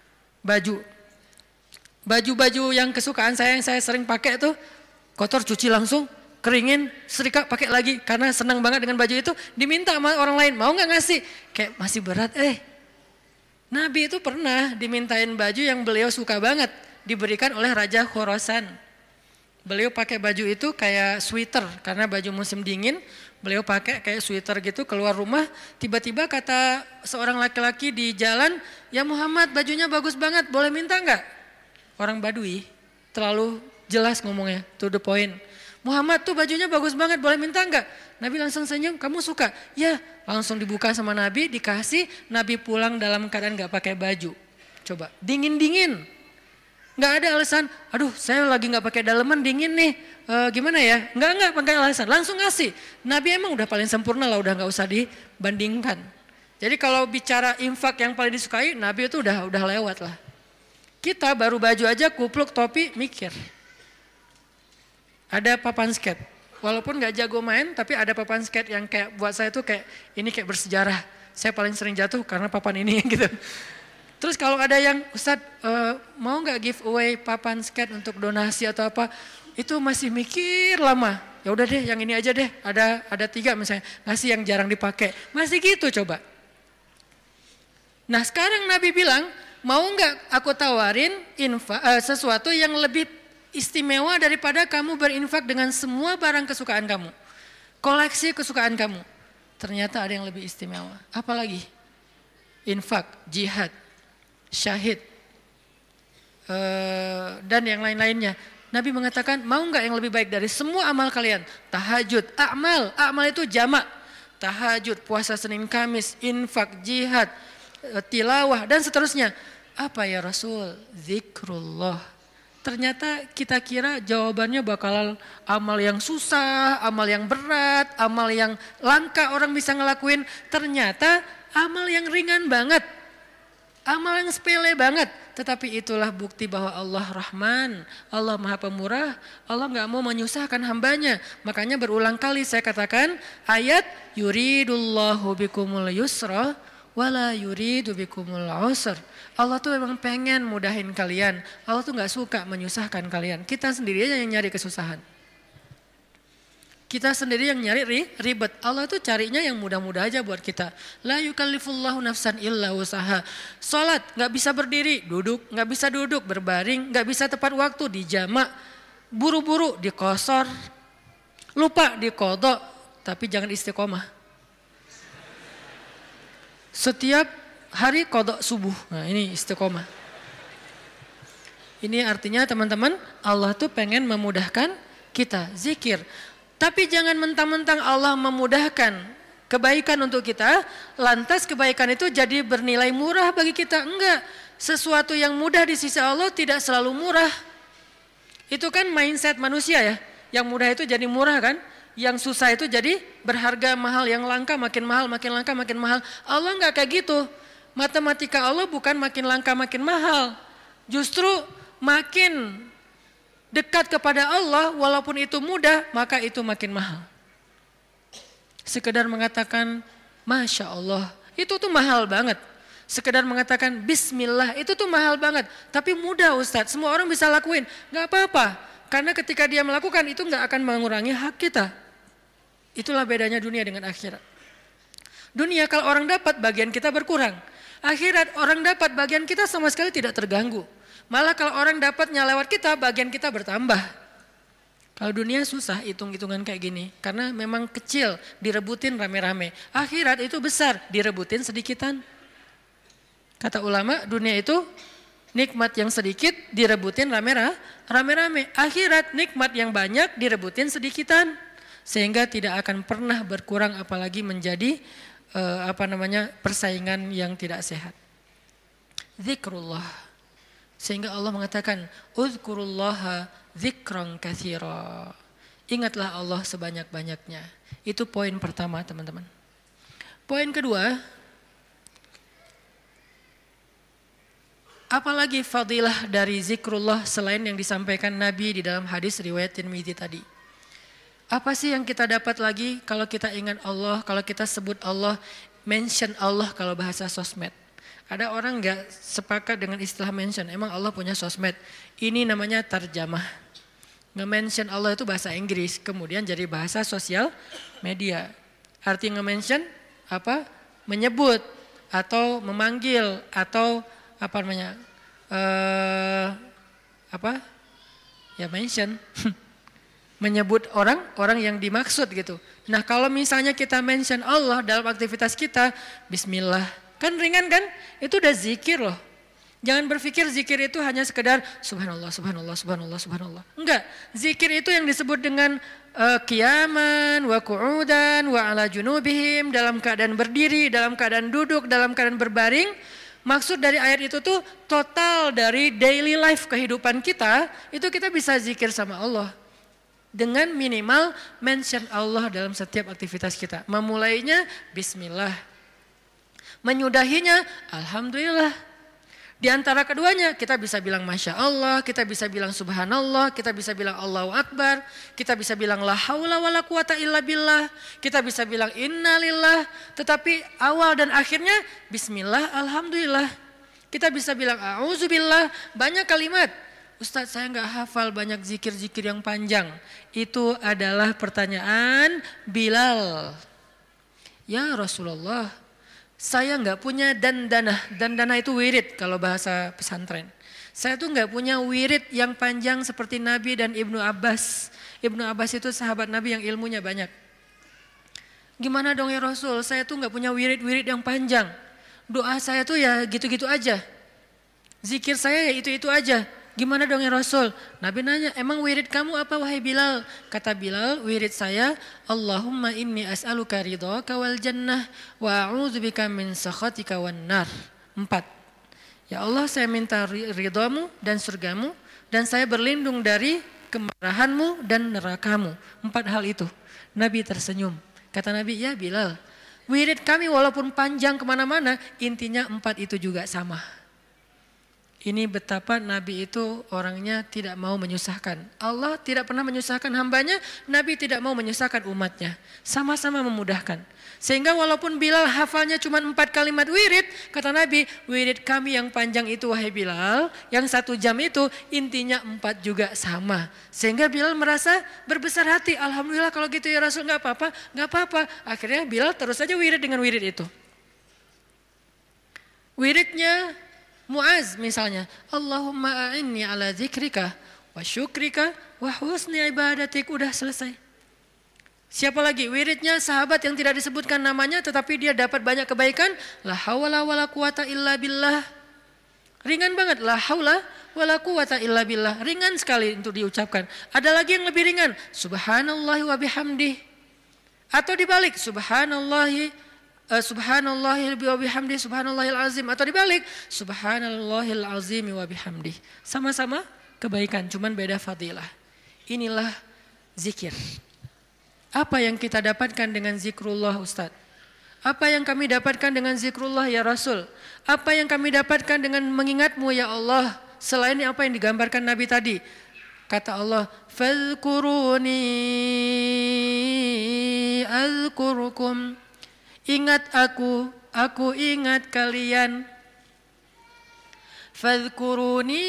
Baju yang kesukaan saya yang saya sering pakai tuh, kotor cuci langsung, keringin, setrika, pakai lagi. Karena senang banget dengan baju itu, diminta sama orang lain, mau gak ngasih? Kayak masih berat, Nabi itu pernah dimintain baju yang beliau suka banget, diberikan oleh Raja Khorasan. Beliau pakai baju itu kayak sweater, karena baju musim dingin, beliau pakai kayak sweater gitu, keluar rumah, tiba-tiba kata seorang laki-laki di jalan, ya Muhammad bajunya bagus banget, boleh minta enggak? Orang Badui, terlalu jelas ngomongnya, to the point. Muhammad tuh bajunya bagus banget, boleh minta enggak? Nabi langsung senyum, kamu suka? Ya, langsung dibuka sama Nabi, dikasih. Nabi pulang dalam keadaan enggak pakai baju. Coba, dingin-dingin. Enggak ada alasan, aduh saya lagi enggak pakai daleman, dingin nih. Gimana ya? Enggak pakai alasan, langsung ngasih. Nabi emang udah paling sempurna lah, udah enggak usah dibandingkan. Jadi kalau bicara infak yang paling disukai, Nabi itu udah lewat lah. Kita baru baju aja, kupluk, topi, mikir. Ada papan skate, walaupun gak jago main, tapi ada papan skate yang kayak buat saya tuh kayak ini kayak bersejarah. Saya paling sering jatuh karena papan ini gitu. Terus kalau ada yang Ustadz mau gak giveaway papan skate untuk donasi atau apa, itu masih mikir lama. Ya udah deh, yang ini aja deh. Ada 3 misalnya, ngasih yang jarang dipakai. Masih gitu coba. Nah sekarang Nabi bilang, mau gak aku tawarin sesuatu yang lebih istimewa daripada kamu berinfak dengan semua barang kesukaan kamu. Koleksi kesukaan kamu. Ternyata ada yang lebih istimewa. Apalagi? Infak, jihad, syahid, dan yang lain-lainnya. Nabi mengatakan, mau enggak yang lebih baik dari semua amal kalian? Tahajud, amal itu jamak. Tahajud, puasa Senin Kamis, infak, jihad, tilawah, dan seterusnya. Apa ya Rasul? Zikrullah. Ternyata kita kira jawabannya bakal amal yang susah, amal yang berat, amal yang langka orang bisa ngelakuin. Ternyata amal yang ringan banget, amal yang sepele banget. Tetapi itulah bukti bahwa Allah Rahman, Allah Maha Pemurah, Allah gak mau menyusahkan hambanya. Makanya berulang kali saya katakan ayat yuridullahu bikumul yusra wala yuridu bikumul usr. Allah tuh memang pengen mudahin kalian. Allah tuh nggak suka menyusahkan kalian. Kita sendiri aja yang nyari kesusahan. Kita sendiri yang nyari ribet. Allah tuh carinya yang mudah-mudah aja buat kita. La yukallifullahu nafsan illa usaha. Salat nggak bisa berdiri, duduk, nggak bisa duduk, berbaring, nggak bisa tepat waktu, dijamak, buru-buru, dikosor, lupa dikodok, tapi jangan istiqomah. Setiap hari kodok subuh. Nah ini istiqomah. Ini artinya teman-teman, Allah tuh pengen memudahkan kita zikir. Tapi jangan mentang-mentang Allah memudahkan kebaikan untuk kita, lantas kebaikan itu jadi bernilai murah bagi kita. Enggak, sesuatu yang mudah di sisi Allah tidak selalu murah. Itu kan mindset manusia ya, yang mudah itu jadi murah kan, yang susah itu jadi berharga mahal, yang langka makin mahal, makin langka makin mahal. Allah enggak kayak gitu. Matematika Allah bukan makin langka makin mahal, justru makin dekat kepada Allah walaupun itu mudah maka itu makin mahal. Sekedar mengatakan Masya Allah itu tuh mahal banget. Sekedar mengatakan Bismillah itu tuh mahal banget. Tapi mudah Ustadz, semua orang bisa lakuin. Gak apa-apa, karena ketika dia melakukan itu gak akan mengurangi hak kita. Itulah bedanya dunia dengan akhirat. Dunia kalau orang dapat bagian kita berkurang. Akhirat orang dapat bagian kita sama sekali tidak terganggu. Malah kalau orang dapatnya lewat kita, bagian kita bertambah. Kalau dunia susah hitung-hitungan kayak gini. Karena memang kecil, direbutin rame-rame. Akhirat itu besar, direbutin sedikitan. Kata ulama, dunia itu nikmat yang sedikit, direbutin rame-rame. Akhirat nikmat yang banyak, direbutin sedikitan. Sehingga tidak akan pernah berkurang, apalagi menjadi persaingan yang tidak sehat. Zikrullah. Sehingga Allah mengatakan, Uzkurullaha zikran katsira. Ingatlah Allah sebanyak-banyaknya. Itu poin pertama teman-teman. Poin kedua, apalagi fadilah dari zikrullah selain yang disampaikan Nabi di dalam hadis riwayat Tirmidzi tadi. Apa sih yang kita dapat lagi kalau kita ingat Allah, kalau kita sebut Allah, mention Allah kalau bahasa sosmed. Ada orang nggak sepakat dengan istilah mention. Emang Allah punya sosmed. Ini namanya tarjamah. Nge-mention Allah itu bahasa Inggris. Kemudian jadi bahasa sosial media. Arti nge-mention apa? Menyebut atau memanggil atau apa namanya? Ya mention. Menyebut orang yang dimaksud gitu. Nah kalau misalnya kita mention Allah dalam aktivitas kita, Bismillah. Kan ringan kan? Itu udah zikir loh. Jangan berpikir zikir itu hanya sekedar subhanallah, subhanallah, subhanallah, subhanallah. Enggak, zikir itu yang disebut dengan qiyaman, wa qu'udan, wa ala junubihim, dalam keadaan berdiri, dalam keadaan duduk, dalam keadaan berbaring. Maksud dari ayat itu tuh total dari daily life kehidupan kita, itu kita bisa zikir sama Allah. Dengan minimal mention Allah dalam setiap aktivitas kita. Memulainya Bismillah. Menyudahinya, Alhamdulillah. Di antara keduanya kita bisa bilang Masya Allah, kita bisa bilang Subhanallah, kita bisa bilang Allahu Akbar, kita bisa bilang La haula wa la quwata illa billah, kita bisa bilang Innalillah, tetapi awal dan akhirnya Bismillah, Alhamdulillah. Kita bisa bilang A'udzubillah, banyak kalimat. Ustadz saya nggak hafal banyak zikir-zikir yang panjang. Itu adalah pertanyaan Bilal. Ya Rasulullah, saya nggak punya dandanah. Dandanah itu wirid kalau bahasa pesantren. Saya tuh nggak punya wirid yang panjang seperti Nabi dan Ibnu Abbas. Ibnu Abbas itu sahabat Nabi yang ilmunya banyak. Gimana dong ya Rasul? Saya tuh nggak punya wirid-wirid yang panjang. Doa saya tuh ya gitu-gitu aja. Zikir saya ya itu-itu aja. Gimana dong ya Rasul? Nabi nanya, emang wirid kamu apa wahai Bilal? Kata Bilal, wirid saya, Allahumma inni as'aluka ridhaka wal jannah wa a'udzubika min sakhatika wan nar. 4. Ya Allah, saya minta ridhamu dan surgamu dan saya berlindung dari kemarahanmu dan nerakamu. 4 hal itu. Nabi tersenyum. Kata Nabi, ya Bilal, wirid kami walaupun panjang kemana-mana, intinya 4 itu juga sama. Ini betapa Nabi itu orangnya tidak mau menyusahkan. Allah tidak pernah menyusahkan hambanya, Nabi tidak mau menyusahkan umatnya. Sama-sama memudahkan. Sehingga walaupun Bilal hafalnya cuma 4 kalimat wirid, kata Nabi, wirid kami yang panjang itu wahai Bilal, yang 1 jam itu intinya 4 juga sama. Sehingga Bilal merasa berbesar hati, alhamdulillah kalau gitu ya Rasul, gak apa-apa, gak apa-apa. Akhirnya Bilal terus saja wirid dengan wirid itu. Wiridnya Muaz misalnya, Allahumma a'inni ala zikrika wa syukrika wa husni ibadatik, udah selesai. Siapa lagi? Wiridnya sahabat yang tidak disebutkan namanya tetapi dia dapat banyak kebaikan, la haula wala quwata illa billah. Ringan banget, la haula wala quwata illa billah, ringan sekali untuk diucapkan. Ada lagi yang lebih ringan, subhanallahi wa bihamdih. Atau dibalik, subhanallahil wa bihamdi subhanallahil azim, atau dibalik subhanallahil azim wa bihamdi. Sama-sama kebaikan, cuman beda fadilah. Inilah zikir. Apa yang kita dapatkan dengan zikrullah Ustaz? Apa yang kami dapatkan dengan zikrullah ya Rasul? Apa yang kami dapatkan dengan mengingatmu ya Allah? Selain apa yang digambarkan Nabi tadi. Kata Allah, fadhkuruni azkurukum. Ingat aku ingat kalian. Fadhkuruni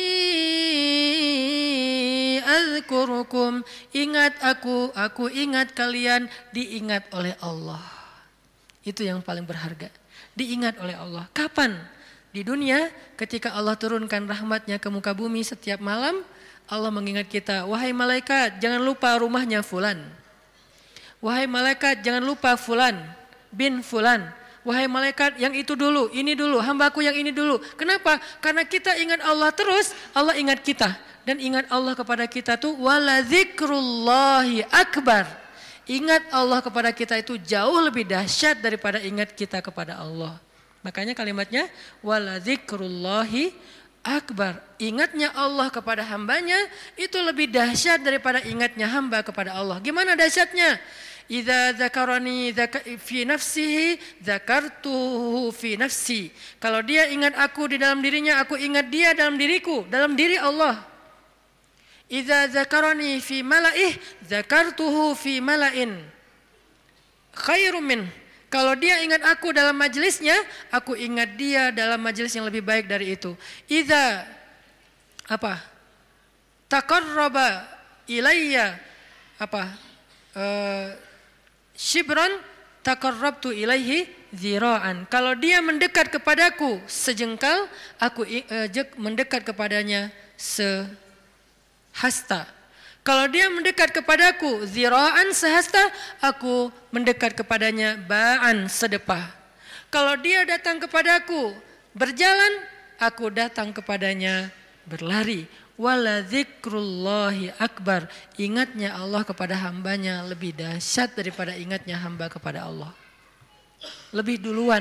azkurukum. Ingat aku ingat kalian, diingat oleh Allah. Itu yang paling berharga. Diingat oleh Allah. Kapan? Di dunia ketika Allah turunkan rahmatnya ke muka bumi setiap malam, Allah mengingat kita, wahai malaikat jangan lupa rumahnya fulan. Wahai malaikat jangan lupa fulan bin fulan. Wahai malaikat yang itu dulu, ini dulu, hambaku yang ini dulu. Kenapa? Karena kita ingat Allah terus, Allah ingat kita. Dan ingat Allah kepada kita tuh wala dzikrullahi akbar. Ingat Allah kepada kita itu jauh lebih dahsyat daripada ingat kita kepada Allah. Makanya kalimatnya wala dzikrullahi akbar. Ingatnya Allah kepada hambanya itu lebih dahsyat daripada ingatnya hamba kepada Allah. Gimana dahsyatnya? Idza dzakarani fi nafsihi dzakartuhu fi nafsi. Kalau dia ingat aku di dalam dirinya, aku ingat dia dalam diriku, dalam diri Allah. Idza dzakarani fi mala'ih dzakartuhu fi mala'in khairum min. Kalau dia ingat aku dalam majelisnya, aku ingat dia dalam majelis yang lebih baik dari itu. Idza taqarraba ilayya shibran taqarrabtu ilaihi dzira'an. Kalau dia mendekat kepadaku sejengkal, aku mendekat kepadanya sehasta. Kalau dia mendekat kepadaku dzira'an sehasta, aku mendekat kepadanya ba'an sedepah. Kalau dia datang kepadaku berjalan, aku datang kepadanya berlari. Wala dzikrullahi akbar. Ingatnya Allah kepada hambanya lebih dahsyat daripada ingatnya hamba kepada Allah. Lebih duluan.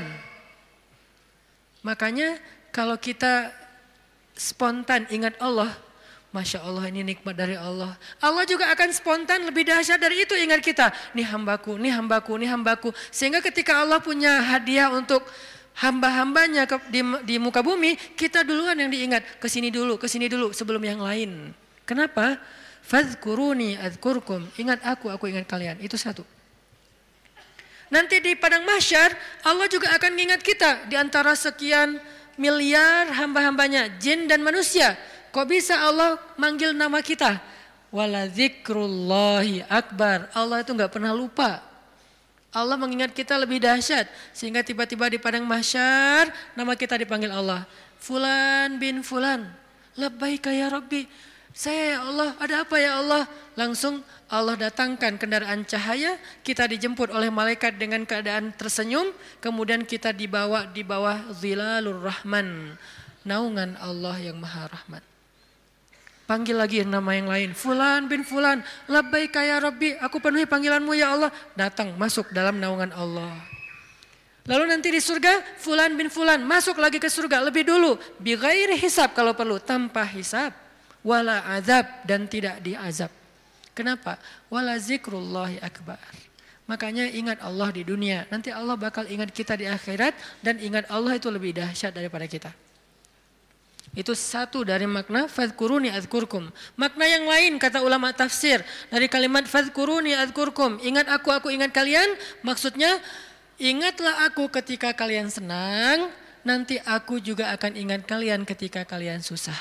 Makanya kalau kita spontan ingat Allah, Masya Allah ini nikmat dari Allah. Allah juga akan spontan lebih dahsyat dari itu ingat kita. Nih hambaku, nih hambaku, nih hambaku. Sehingga ketika Allah punya hadiah untuk hamba-hambanya di muka bumi, kita duluan yang diingat. Kesini dulu sebelum yang lain. Kenapa? Fadhkuruni adzkurkum. Ingat aku ingat kalian. Itu satu. Nanti di padang mahsyar, Allah juga akan mengingat kita. Di antara sekian miliar hamba-hambanya, jin dan manusia. Kok bisa Allah manggil nama kita? Wala dzikrullahi akbar. Allah itu gak pernah lupa. Allah mengingat kita lebih dahsyat. Sehingga tiba-tiba di padang mahsyar nama kita dipanggil Allah. Fulan bin fulan. Labbaika ya Rabbi. Saya ya Allah, ada apa ya Allah? Langsung Allah datangkan kendaraan cahaya. Kita dijemput oleh malaikat dengan keadaan tersenyum. Kemudian kita dibawa di bawah zilalur rahman. Naungan Allah yang maha rahmat. Panggil lagi nama yang lain. Fulan bin fulan. Labbaika ya Rabbi. Aku penuhi panggilanmu ya Allah. Datang masuk dalam naungan Allah. Lalu nanti di surga. Fulan bin fulan. Masuk lagi ke surga lebih dulu. Bi ghairi hisab kalau perlu. Tanpa hisab. Wala azab. Dan tidak diazab. Kenapa? Wala zikrullahi akbar. Makanya ingat Allah di dunia. Nanti Allah bakal ingat kita di akhirat. Dan ingat Allah itu lebih dahsyat daripada kita. Itu satu dari makna fadhkuruni adzkurkum. Makna yang lain kata ulama tafsir dari kalimat fadhkuruni adzkurkum, ingat aku ingat kalian, maksudnya ingatlah aku ketika kalian senang, nanti aku juga akan ingat kalian ketika kalian susah.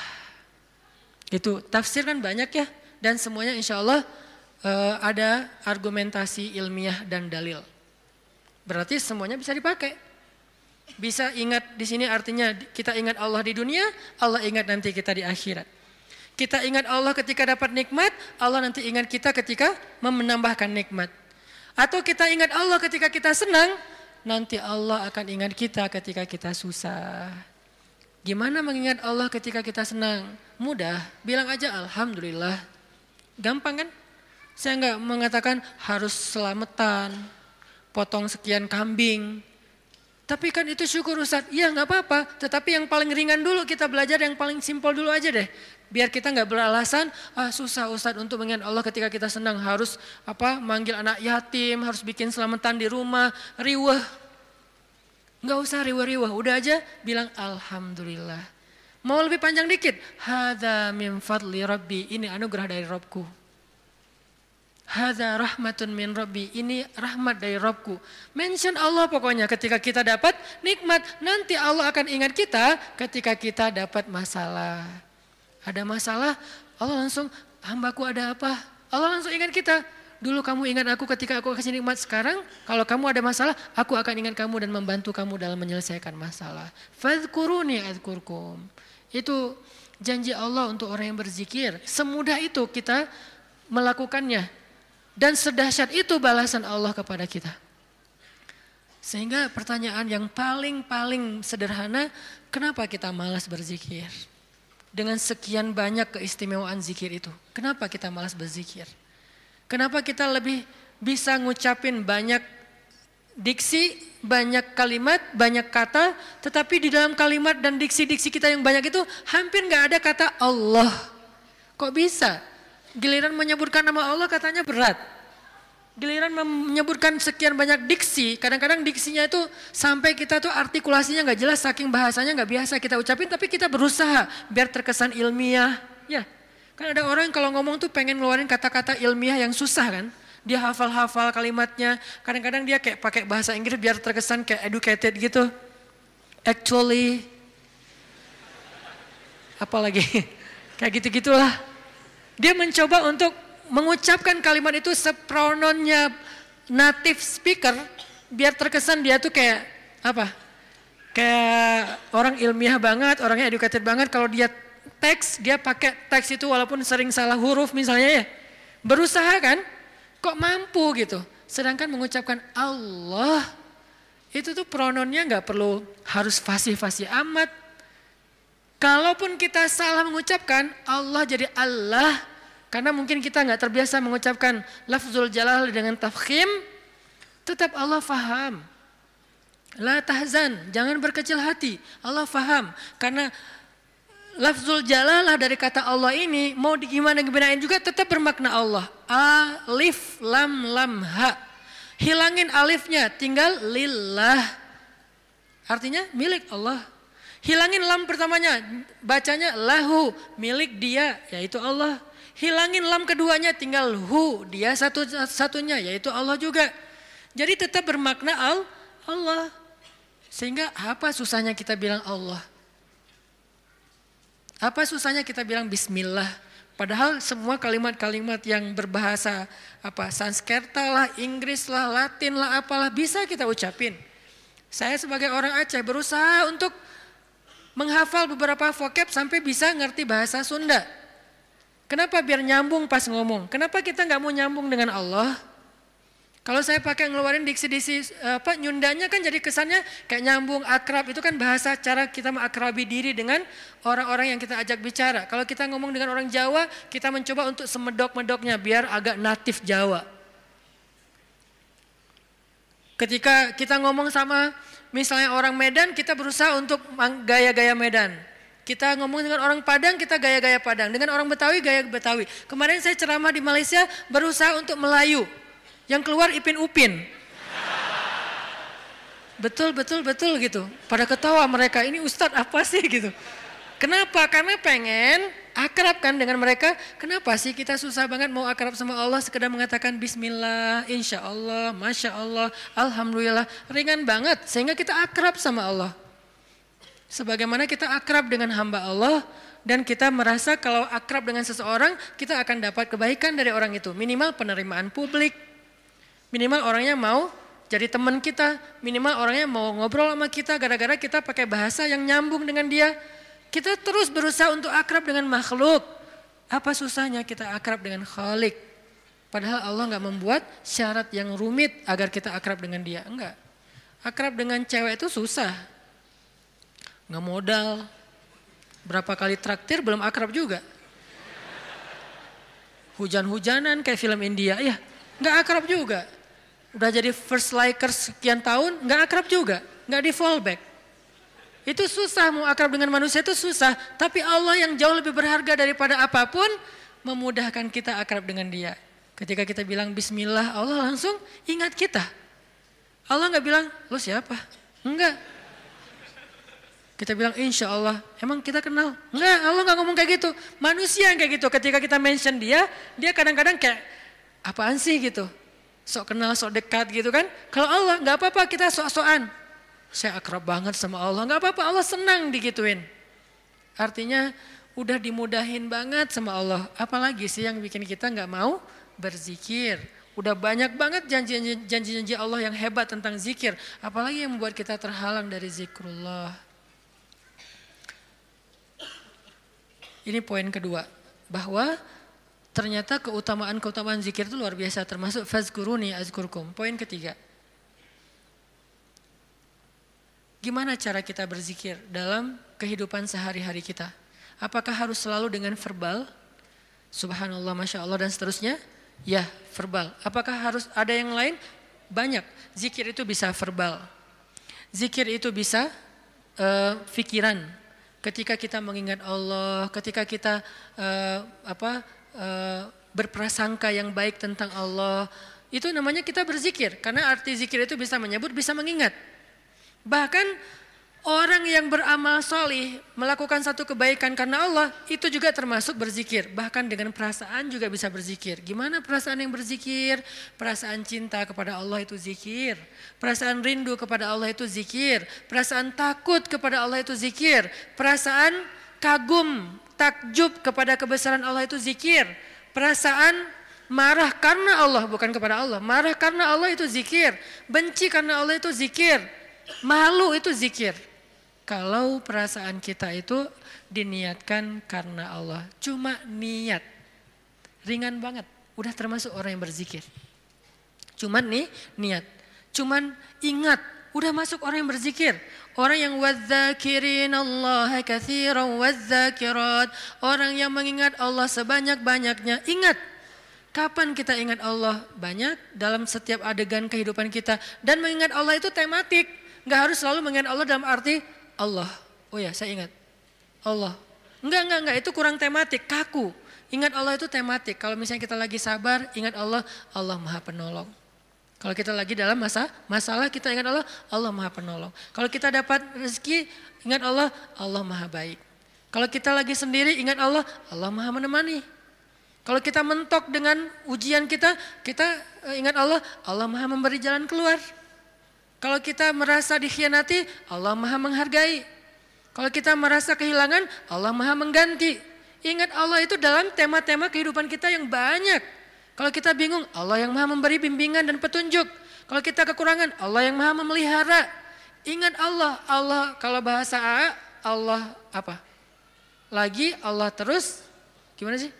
Itu tafsir kan banyak ya, dan semuanya insya Allah ada argumentasi ilmiah dan dalil. Berarti semuanya bisa dipakai. Bisa ingat di sini artinya kita ingat Allah di dunia, Allah ingat nanti kita di akhirat. Kita ingat Allah ketika dapat nikmat, Allah nanti ingat kita ketika menambahkan nikmat. Atau kita ingat Allah ketika kita senang, nanti Allah akan ingat kita ketika kita susah. Gimana mengingat Allah ketika kita senang? Mudah, bilang aja alhamdulillah. Gampang kan? Saya enggak mengatakan harus selamatan, potong sekian kambing. Tapi kan itu syukur Ustaz, iya nggak apa-apa. Tetapi yang paling ringan dulu kita belajar, yang paling simpel dulu aja deh. Biar kita nggak beralasan, susah Ustaz untuk mengingat Allah ketika kita senang. Harus manggil anak yatim, harus bikin selamatan di rumah, riweh. Nggak usah riweh-riweh, udah aja bilang alhamdulillah. Mau lebih panjang dikit, hadza min fadli rabbi, ini anugerah dari Rabbku. Hadza rahmatun min rabbi, ini rahmat dari Rabbku. Mention Allah pokoknya ketika kita dapat nikmat, nanti Allah akan ingat kita ketika kita dapat masalah. Ada masalah, Allah langsung, hambaku ada apa? Allah langsung ingat kita. Dulu kamu ingat aku ketika aku kasih nikmat, sekarang kalau kamu ada masalah, aku akan ingat kamu dan membantu kamu dalam menyelesaikan masalah. Fadhkuruni adzkurkum. Itu janji Allah untuk orang yang berzikir. Semudah itu kita melakukannya. Dan sedahsyat itu balasan Allah kepada kita. Sehingga pertanyaan yang paling sederhana, kenapa kita malas berzikir? Dengan sekian banyak keistimewaan zikir itu, kenapa kita malas berzikir? Kenapa kita lebih bisa ngucapin banyak diksi, banyak kalimat, banyak kata, tetapi di dalam kalimat dan diksi-diksi kita yang banyak itu hampir nggak ada kata Allah. Kok bisa? Giliran menyebutkan nama Allah katanya berat. Giliran menyebutkan sekian banyak diksi, kadang-kadang diksinya itu sampai kita tuh artikulasinya nggak jelas, saking bahasanya nggak biasa kita ucapin, tapi kita berusaha biar terkesan ilmiah. Ya, kan ada orang kalau ngomong tuh pengen ngeluarin kata-kata ilmiah yang susah kan. Dia hafal-hafal kalimatnya, kadang-kadang dia kayak pakai bahasa Inggris biar terkesan kayak educated gitu. Actually, apalagi kayak gitu-gitulah. Dia mencoba untuk mengucapkan kalimat itu seprononnya native speaker biar terkesan dia tuh kayak kayak orang ilmiah banget, orangnya educated banget. Kalau dia teks, dia pakai teks itu walaupun sering salah huruf misalnya ya. Berusaha kan, kok mampu gitu. Sedangkan mengucapkan Allah, itu tuh prononnya nggak perlu harus fasih-fasih amat. Kalaupun kita salah mengucapkan Allah jadi Allah, karena mungkin kita nggak terbiasa mengucapkan lafzul jalal dengan tafkhim, tetap Allah faham. La tahzan, jangan berkecil hati. Allah faham, karena lafzul jalalah dari kata Allah ini mau gimanain juga tetap bermakna Allah. Alif lam lam ha. Hilangin alifnya, tinggal lillah. Artinya milik Allah. Hilangin lam pertamanya, bacanya lahu, milik dia, yaitu Allah. Hilangin lam keduanya, tinggal hu, dia satunya, yaitu Allah juga. Jadi tetap bermakna Allah. Sehingga apa susahnya kita bilang Allah? Apa susahnya kita bilang bismillah? Padahal semua kalimat-kalimat yang berbahasa Sanskerta lah, Inggris lah, Latin lah, apalah bisa kita ucapin. Saya sebagai orang Aceh berusaha untuk menghafal beberapa vocab sampai bisa ngerti bahasa Sunda. Kenapa? Biar nyambung pas ngomong. Kenapa kita nggak mau nyambung dengan Allah? Kalau saya pakai ngeluarin diksi-diksi nyundanya kan jadi kesannya kayak nyambung, akrab. Itu kan bahasa cara kita mengakrabi diri dengan orang-orang yang kita ajak bicara. Kalau kita ngomong dengan orang Jawa, kita mencoba untuk semedok-medoknya biar agak natif Jawa. Ketika kita ngomong sama misalnya orang Medan, kita berusaha untuk gaya-gaya Medan. Kita ngomong dengan orang Padang, kita gaya-gaya Padang. Dengan orang Betawi, gaya Betawi. Kemarin saya ceramah di Malaysia, berusaha untuk Melayu. Yang keluar Ipin Upin. Betul gitu. Pada ketawa mereka, ini Ustadz apa sih gitu. Kenapa? Karena pengen akrab kan dengan mereka. Kenapa sih kita susah banget mau akrab sama Allah, sekedar mengatakan bismillah, insya Allah, masya Allah, alhamdulillah. Ringan banget sehingga kita akrab sama Allah. Sebagaimana kita akrab dengan hamba Allah dan kita merasa kalau akrab dengan seseorang kita akan dapat kebaikan dari orang itu. Minimal penerimaan publik, minimal orangnya mau jadi teman kita, minimal orangnya mau ngobrol sama kita gara-gara kita pakai bahasa yang nyambung dengan dia. Kita terus berusaha untuk akrab dengan makhluk. Apa susahnya kita akrab dengan Khalik? Padahal Allah nggak membuat syarat yang rumit agar kita akrab dengan dia. Enggak. Akrab dengan cewek itu susah. Nggak modal. Berapa kali traktir belum akrab juga. Hujan-hujanan kayak film India. Ya nggak akrab juga. Udah jadi first likers sekian tahun nggak akrab juga. Nggak di fallback. Itu susah, mau akrab dengan manusia itu susah. Tapi Allah yang jauh lebih berharga daripada apapun memudahkan kita akrab dengan dia. Ketika kita bilang bismillah, Allah langsung ingat kita. Allah nggak bilang, lo siapa? Enggak. Kita bilang insya Allah, emang kita kenal? Enggak, Allah nggak ngomong kayak gitu. Manusia yang kayak gitu, ketika kita mention dia kadang-kadang kayak apaan sih gitu. Sok kenal, sok dekat gitu kan. Kalau Allah nggak apa-apa, kita sok-sokan. Saya akrab banget sama Allah, nggak apa-apa, Allah senang digituin. Artinya udah dimudahin banget sama Allah. Apalagi sih yang bikin kita nggak mau berzikir. Udah banyak banget janji-janji Allah yang hebat tentang zikir. Apalagi yang membuat kita terhalang dari zikrullah. Ini poin kedua, bahwa ternyata keutamaan zikir itu luar biasa, termasuk fazkuruni azkurkum. Poin ketiga. Gimana cara kita berzikir dalam kehidupan sehari-hari kita? Apakah harus selalu dengan verbal? Subhanallah, Masya Allah dan seterusnya? Ya, verbal. Apakah harus ada yang lain? Banyak. Zikir itu bisa verbal. Zikir itu bisa fikiran. Ketika kita mengingat Allah, ketika kita berprasangka yang baik tentang Allah, itu namanya kita berzikir. Karena arti zikir itu bisa menyebut, bisa mengingat. Bahkan orang yang beramal solih melakukan satu kebaikan karena Allah itu juga termasuk berzikir. Bahkan dengan perasaan juga bisa berzikir. Gimana perasaan yang berzikir? Perasaan cinta kepada Allah itu zikir. Perasaan rindu kepada Allah itu zikir. Perasaan takut kepada Allah itu zikir. Perasaan kagum, takjub kepada kebesaran Allah itu zikir. Perasaan marah karena Allah bukan kepada Allah. Marah karena Allah itu zikir. Benci karena Allah itu zikir. Malu itu zikir. Kalau perasaan kita itu diniatkan karena Allah. Cuma niat. Ringan banget. Udah termasuk orang yang berzikir. Cuman nih niat. Cuman ingat. Udah masuk orang yang berzikir. Orang yang wadzakirin Allah katsiran wadzakirat. Orang yang mengingat Allah sebanyak-banyaknya. Ingat. Kapan kita ingat Allah? Banyak dalam setiap adegan kehidupan kita. Dan mengingat Allah itu tematik. Nggak harus selalu mengingat Allah dalam arti Allah. Oh ya, saya ingat Allah. Enggak, itu kurang tematik, kaku. Ingat Allah itu tematik. Kalau misalnya kita lagi sabar, ingat Allah, Allah Maha Penolong. Kalau kita lagi dalam masalah, kita ingat Allah, Allah Maha Penolong. Kalau kita dapat rezeki, ingat Allah, Allah Maha Baik. Kalau kita lagi sendiri, ingat Allah, Allah Maha Menemani. Kalau kita mentok dengan ujian kita ingat Allah, Allah Maha Memberi jalan keluar. Kalau kita merasa dikhianati, Allah Maha Menghargai. Kalau kita merasa kehilangan, Allah Maha Mengganti. Ingat Allah itu dalam tema-tema kehidupan kita yang banyak. Kalau kita bingung, Allah yang Maha Memberi bimbingan dan petunjuk. Kalau kita kekurangan, Allah yang Maha Memelihara. Ingat Allah, Allah kalau bahasa A, Allah apa? Lagi, Allah terus, gimana sih?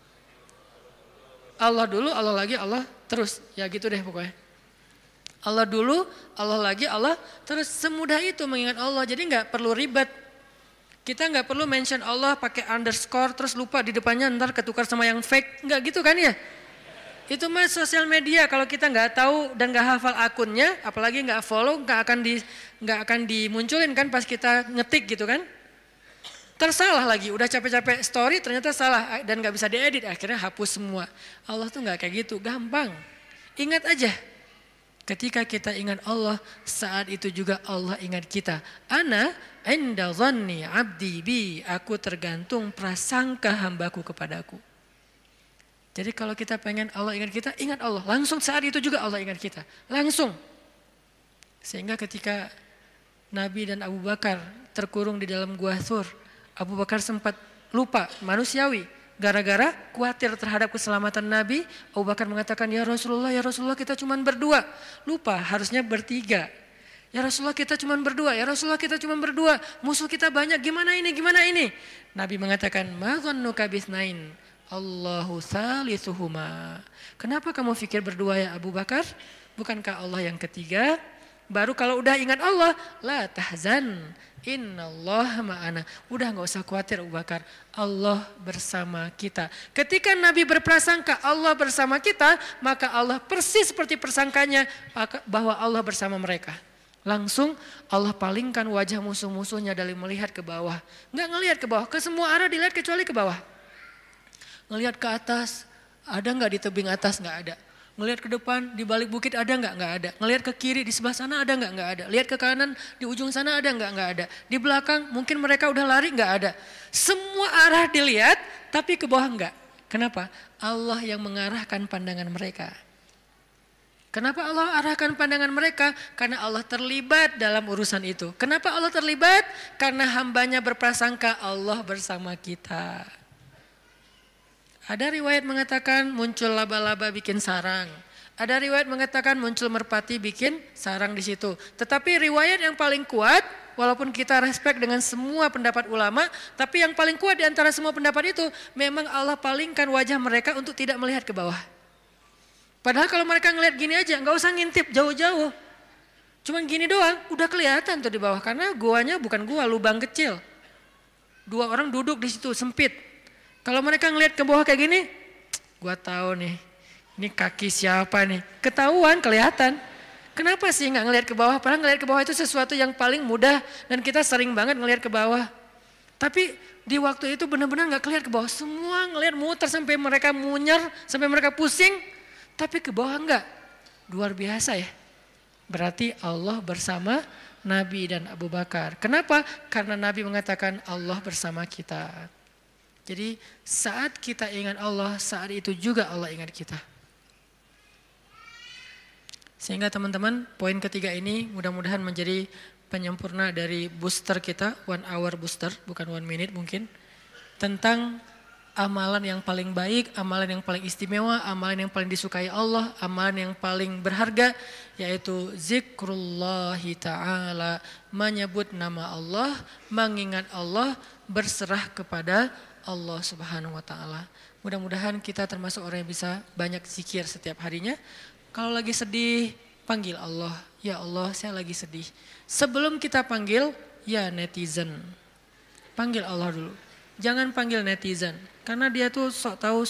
Allah dulu, Allah lagi, Allah terus. Ya gitu deh pokoknya. Allah dulu, Allah lagi, Allah terus. Semudah itu mengingat Allah. Jadi nggak perlu ribet. Kita nggak perlu mention Allah pakai underscore terus lupa di depannya ntar ketukar sama yang fake. Nggak gitu kan ya? Itu mah sosial media. Kalau kita nggak tahu dan nggak hafal akunnya, apalagi nggak follow, nggak akan dimunculin kan pas kita ngetik gitu kan? Tersalah lagi. Udah capek-capek story ternyata salah dan nggak bisa diedit. Akhirnya hapus semua. Allah tuh nggak kayak gitu. Gampang. Ingat aja. Ketika kita ingat Allah, saat itu juga Allah ingat kita. Ana inda dhanni abdi bi, aku tergantung prasangka hambaku kepadaku. Jadi kalau kita pengen Allah ingat kita, ingat Allah. Langsung saat itu juga Allah ingat kita. Langsung. Sehingga ketika Nabi dan Abu Bakar terkurung di dalam gua Thur, Abu Bakar sempat lupa, manusiawi. Gara-gara khawatir terhadap keselamatan Nabi, Abu Bakar mengatakan, ya Rasulullah kita cuma berdua. Lupa, harusnya bertiga. Ya Rasulullah kita cuma berdua, ya Rasulullah kita cuma berdua. Musuh kita banyak, gimana ini? Nabi mengatakan, ma dhannuka bisnain, Allahu salisuhuma. Kenapa kamu pikir berdua ya Abu Bakar? Bukankah Allah yang ketiga? Baru kalau udah ingat Allah, la tahzan, innallaha ma'ana. Udah gak usah khawatir Abu Bakar, Allah bersama kita. Ketika Nabi berprasangka Allah bersama kita, maka Allah persis seperti persangkanya bahwa Allah bersama mereka. Langsung Allah palingkan wajah musuh-musuhnya dari melihat ke bawah. Gak ngelihat ke bawah, ke semua arah dilihat kecuali ke bawah. Ngelihat ke atas, ada gak di tebing atas? Gak ada. Ngelihat ke depan, di balik bukit ada nggak? Nggak ada. Ngelihat ke kiri, di sebelah sana ada nggak? Nggak ada. Lihat ke kanan, di ujung sana ada nggak? Nggak ada. Di belakang, mungkin mereka udah lari, nggak ada. Semua arah dilihat, tapi ke bawah nggak. Kenapa? Allah yang mengarahkan pandangan mereka. Kenapa Allah arahkan pandangan mereka? Karena Allah terlibat dalam urusan itu. Kenapa Allah terlibat? Karena hambanya berprasangka Allah bersama kita. Ada riwayat mengatakan muncul laba-laba bikin sarang. Ada riwayat mengatakan muncul merpati bikin sarang di situ. Tetapi riwayat yang paling kuat, walaupun kita respect dengan semua pendapat ulama, tapi yang paling kuat di antara semua pendapat itu, memang Allah palingkan wajah mereka untuk tidak melihat ke bawah. Padahal kalau mereka ngelihat gini aja, nggak usah ngintip jauh-jauh. Cuman gini doang, udah kelihatan tuh di bawah. Karena guanya bukan gua, lubang kecil. 2 orang duduk di situ, sempit. Kalau mereka ngelihat ke bawah kayak gini, gua tahu nih, ini kaki siapa nih? Ketahuan, kelihatan. Kenapa sih nggak ngelihat ke bawah? Padahal ngelihat ke bawah itu sesuatu yang paling mudah dan kita sering banget ngelihat ke bawah. Tapi di waktu itu benar-benar nggak kelihatan ke bawah. Semua ngelihat muter sampai mereka munyer, sampai mereka pusing. Tapi ke bawah enggak. Luar biasa ya. Berarti Allah bersama Nabi dan Abu Bakar. Kenapa? Karena Nabi mengatakan Allah bersama kita. Jadi saat kita ingat Allah, saat itu juga Allah ingat kita. Sehingga teman-teman, poin ketiga ini mudah-mudahan menjadi penyempurna dari booster kita, 1 hour booster, bukan 1 minute mungkin. Tentang amalan yang paling baik, amalan yang paling istimewa, amalan yang paling disukai Allah, amalan yang paling berharga, yaitu zikrullahi ta'ala, menyebut nama Allah, mengingat Allah, berserah kepada Allah Subhanahu wa taala. Mudah-mudahan kita termasuk orang yang bisa banyak zikir setiap harinya. Kalau lagi sedih, panggil Allah. Ya Allah, saya lagi sedih. Sebelum kita panggil, ya netizen. Panggil Allah dulu. Jangan panggil netizen. Karena dia tuh sok tahu,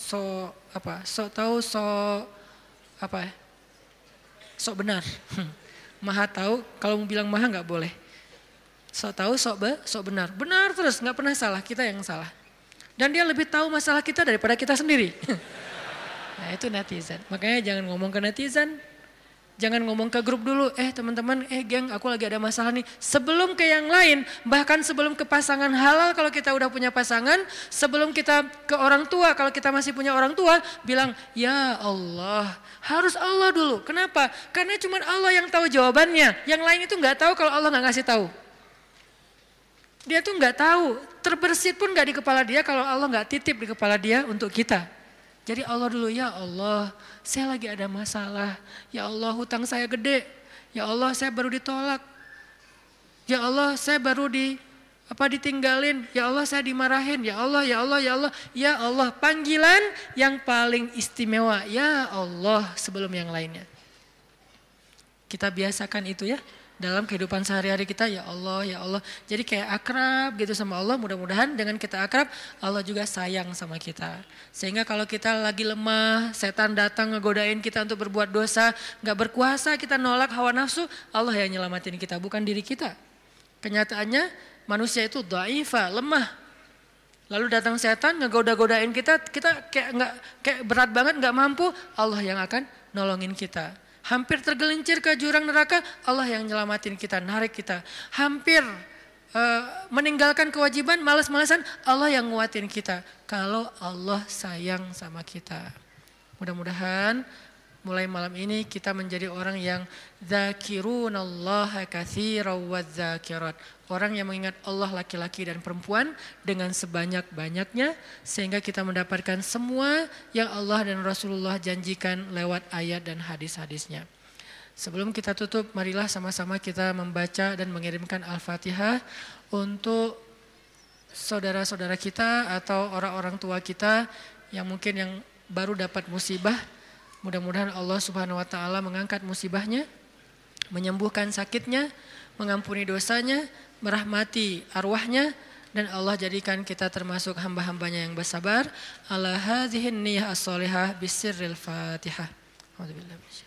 sok benar. Maha tahu, kalau mau bilang maha nggak boleh. Sok tahu, sok benar. Benar terus, nggak pernah salah, kita yang salah. Dan dia lebih tahu masalah kita daripada kita sendiri. Nah itu netizen. Makanya jangan ngomong ke netizen. Jangan ngomong ke grup dulu. Teman-teman, geng aku lagi ada masalah nih. Sebelum ke yang lain, bahkan sebelum ke pasangan halal kalau kita udah punya pasangan. Sebelum kita ke orang tua, kalau kita masih punya orang tua. Bilang, ya Allah. Harus Allah dulu. Kenapa? Karena cuma Allah yang tahu jawabannya. Yang lain itu gak tahu kalau Allah gak ngasih tahu. Dia tuh nggak tahu, terbersit pun nggak di kepala dia kalau Allah nggak titip di kepala dia untuk kita. Jadi Allah dulu, ya Allah, saya lagi ada masalah. Ya Allah, hutang saya gede. Ya Allah, saya baru ditolak. Ya Allah, saya baru ditinggalin. Ya Allah, saya dimarahin. Ya Allah, ya Allah, ya Allah. Ya Allah, panggilan yang paling istimewa. Ya Allah, sebelum yang lainnya. Kita biasakan itu ya. Dalam kehidupan sehari-hari kita, ya Allah, ya Allah. Jadi kayak akrab gitu sama Allah. Mudah-mudahan dengan kita akrab, Allah juga sayang sama kita. Sehingga kalau kita lagi lemah, setan datang ngegodain kita untuk berbuat dosa, gak berkuasa, kita nolak hawa nafsu, Allah yang nyelamatin kita, bukan diri kita. Kenyataannya manusia itu dhaifah, lemah. Lalu datang setan ngegoda-godain kita kayak berat banget, gak mampu, Allah yang akan nolongin kita. Hampir tergelincir ke jurang neraka, Allah yang nyelamatin kita, narik kita. Hampir meninggalkan kewajiban, malas-malasan, Allah yang nguatin kita. Kalau Allah sayang sama kita. Mudah-mudahan mulai malam ini kita menjadi orang yang zakirunallaha katsiran wadzakirat. Orang yang mengingat Allah laki-laki dan perempuan dengan sebanyak-banyaknya sehingga kita mendapatkan semua yang Allah dan Rasulullah janjikan lewat ayat dan hadis-hadisnya. Sebelum kita tutup, marilah sama-sama kita membaca dan mengirimkan Al-Fatihah untuk saudara-saudara kita atau orang-orang tua kita yang mungkin yang baru dapat musibah. Mudah-mudahan Allah Subhanahu wa taala mengangkat musibahnya, menyembuhkan sakitnya, mengampuni dosanya, merahmati arwahnya, dan Allah jadikan kita termasuk hamba-hambanya yang bersabar. Ala hadhihi niyyah as-shalihah bisirril Fatihah. A'udzubillahi minasyaitonir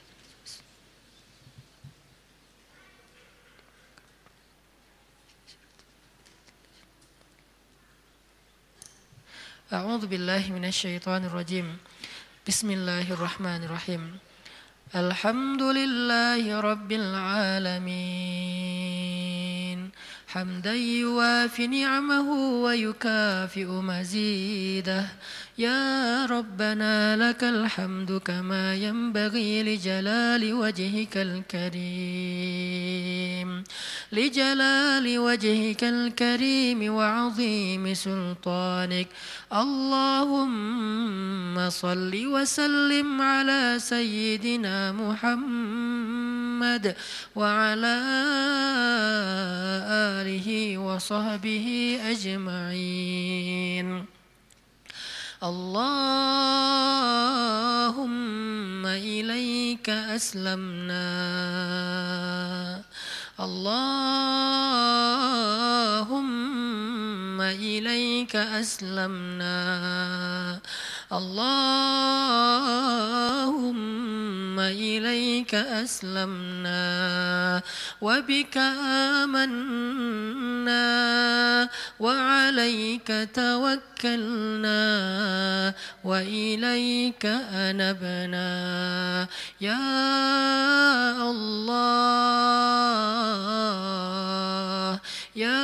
A'udzu billahi minasyaitonir rajim. Bismillahirrahmanirrahim. Alhamdulillahi rabbil alamin. Hamdan yuwafi ni'amahu wa yukafi'u mazidah. Ya Rabbana lakal hamdu kama yanbaghi li jalali wajhikal karim. Li jalali wajhikal karim wa 'azimi sultanik. Allahumma salli wa sallim ala sayyidina Muhammad wa ala alihi wa sahbihi ajma'in. Allahumma ilaika aslamna. Allahumma ilaika aslamna. Allahumma ilaika aslamna wa bika amanna wa alaika tawakkalna wa ilaika anabna. Ya Allah, Ya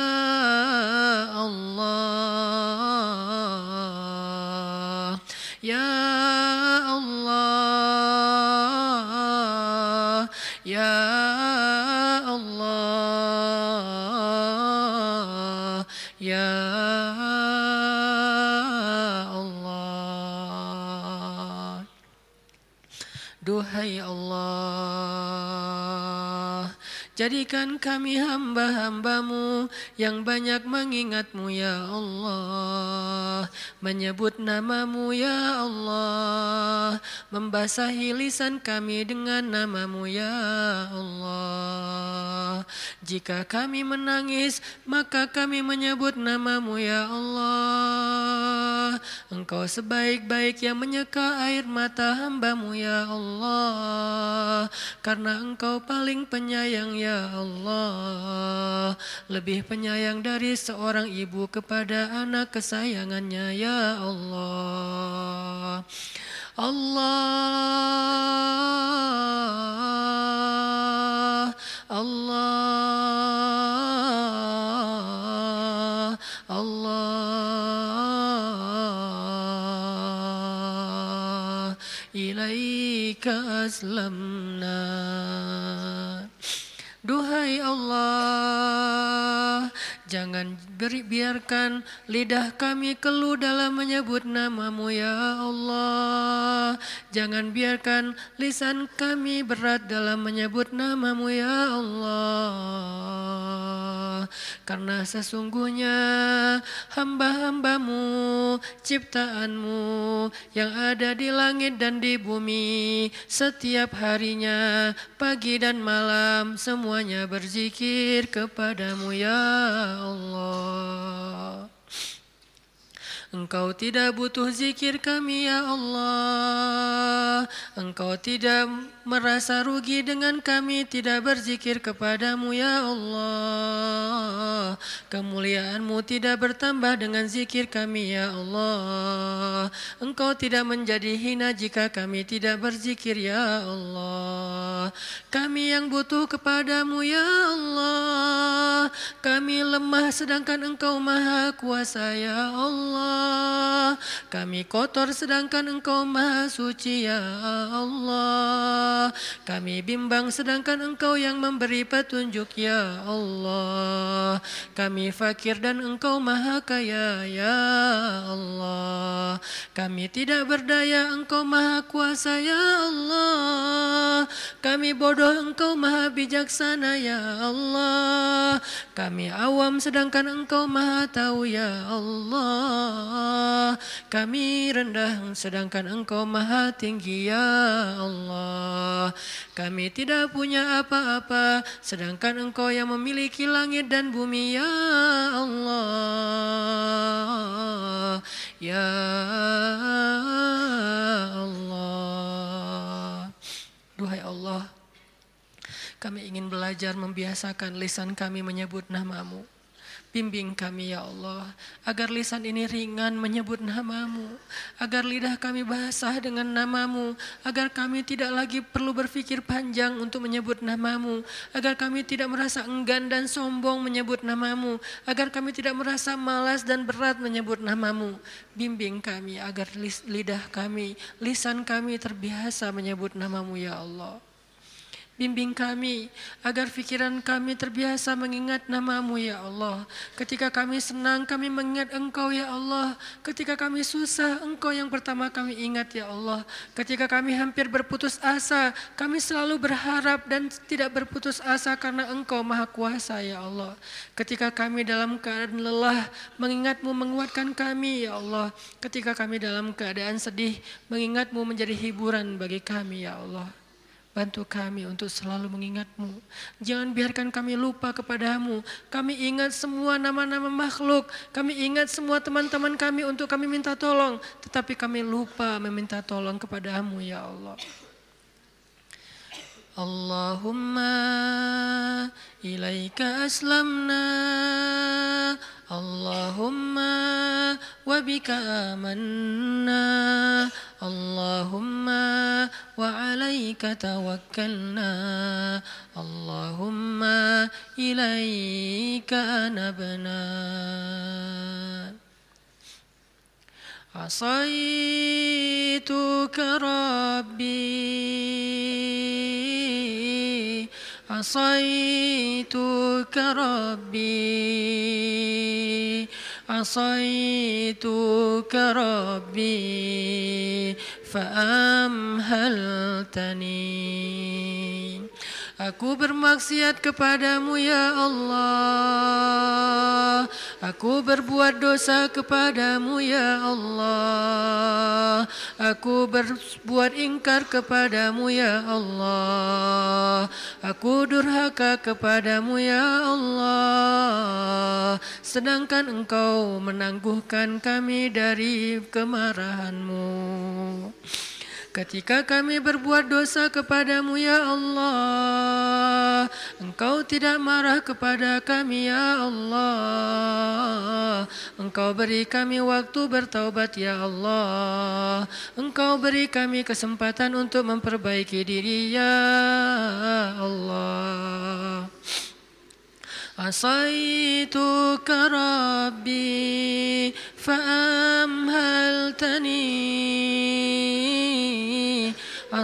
Allah, Ya Allah, Ya Allah, Ya Allah. Duhai Allah, jadikan kami hamba-hambamu yang banyak mengingatmu ya Allah, menyebut namamu ya Allah, membasahi lisan kami dengan namamu ya Allah. Jika kami menangis, maka kami menyebut namamu ya Allah. Engkau sebaik-baik yang menyeka air mata hambamu ya Allah, karena Engkau paling penyayang ya Allah, lebih penyayang dari seorang ibu kepada anak kesayangannya ya Allah. Allah, Allah, Allah, ilaika aslamna. Duhai Allah, jangan biarkan lidah kami keluh dalam menyebut namamu ya Allah. Jangan biarkan lisan kami berat dalam menyebut namamu ya Allah. Karena sesungguhnya hamba-hambamu, ciptaanmu yang ada di langit dan di bumi, setiap harinya, pagi dan malam, semuanya berzikir kepadamu ya Allah. Engkau tidak butuh zikir kami ya Allah. Engkau tidak merasa rugi dengan kami tidak berzikir kepadamu ya Allah. Kemuliaan-Mu tidak bertambah dengan zikir kami ya Allah. Engkau tidak menjadi hina jika kami tidak berzikir ya Allah. Kami yang butuh kepadamu ya Allah. Kami lemah sedangkan Engkau maha kuasa ya Allah. Kami kotor sedangkan Engkau maha suci ya Allah. Kami bimbang sedangkan Engkau yang memberi petunjuk ya Allah. Kami fakir dan Engkau maha kaya ya Allah. Kami tidak berdaya, Engkau maha kuasa ya Allah. Kami bodoh, Engkau maha bijaksana ya Allah. Kami awam sedangkan Engkau maha tahu ya Allah. Kami rendah sedangkan Engkau maha tinggi ya Allah. Kami tidak punya apa-apa sedangkan Engkau yang memiliki langit dan bumi ya Allah. Ya Allah. Duhai Allah, kami ingin belajar membiasakan lisan kami menyebut nama-Mu. Bimbing kami ya Allah, agar lisan ini ringan menyebut nama-Mu, agar lidah kami basah dengan nama-Mu, agar kami tidak lagi perlu berpikir panjang untuk menyebut nama-Mu, agar kami tidak merasa enggan dan sombong menyebut nama-Mu, agar kami tidak merasa malas dan berat menyebut nama-Mu. Bimbing kami agar lidah kami, lisan kami terbiasa menyebut nama-Mu ya Allah. Bimbing kami agar pikiran kami terbiasa mengingat nama-Mu ya Allah. Ketika kami senang kami mengingat Engkau ya Allah. Ketika kami susah Engkau yang pertama kami ingat ya Allah. Ketika kami hampir berputus asa kami selalu berharap dan tidak berputus asa karena Engkau maha kuasa ya Allah. Ketika kami dalam keadaan lelah mengingat-Mu menguatkan kami ya Allah. Ketika kami dalam keadaan sedih mengingat-Mu menjadi hiburan bagi kami ya Allah. Bantu kami untuk selalu mengingat-Mu. Jangan biarkan kami lupa kepada-Mu. Kami ingat semua nama-nama makhluk. Kami ingat semua teman-teman kami untuk kami minta tolong. Tetapi kami lupa meminta tolong kepada-Mu ya Allah. Allahumma ilaika aslamna. Allahumma wa bika amanna. Allahumma wa alaika tawakkalna. Allahumma ilaika anabna. Asaituka Rabbi, asaituka Rabbi, asaituka Rabbi, fa'amhaltani. Aku bermaksiat kepadamu ya Allah. Aku berbuat dosa kepadamu ya Allah. Aku berbuat ingkar kepadamu ya Allah. Aku durhaka kepadamu ya Allah. Sedangkan Engkau menangguhkan kami dari kemarahan-Mu. Ketika kami berbuat dosa kepadamu ya Allah, Engkau tidak marah kepada kami ya Allah. Engkau beri kami waktu bertaubat ya Allah. Engkau beri kami kesempatan untuk memperbaiki diri ya Allah. Asaituka Rabbi fa'amhaltani.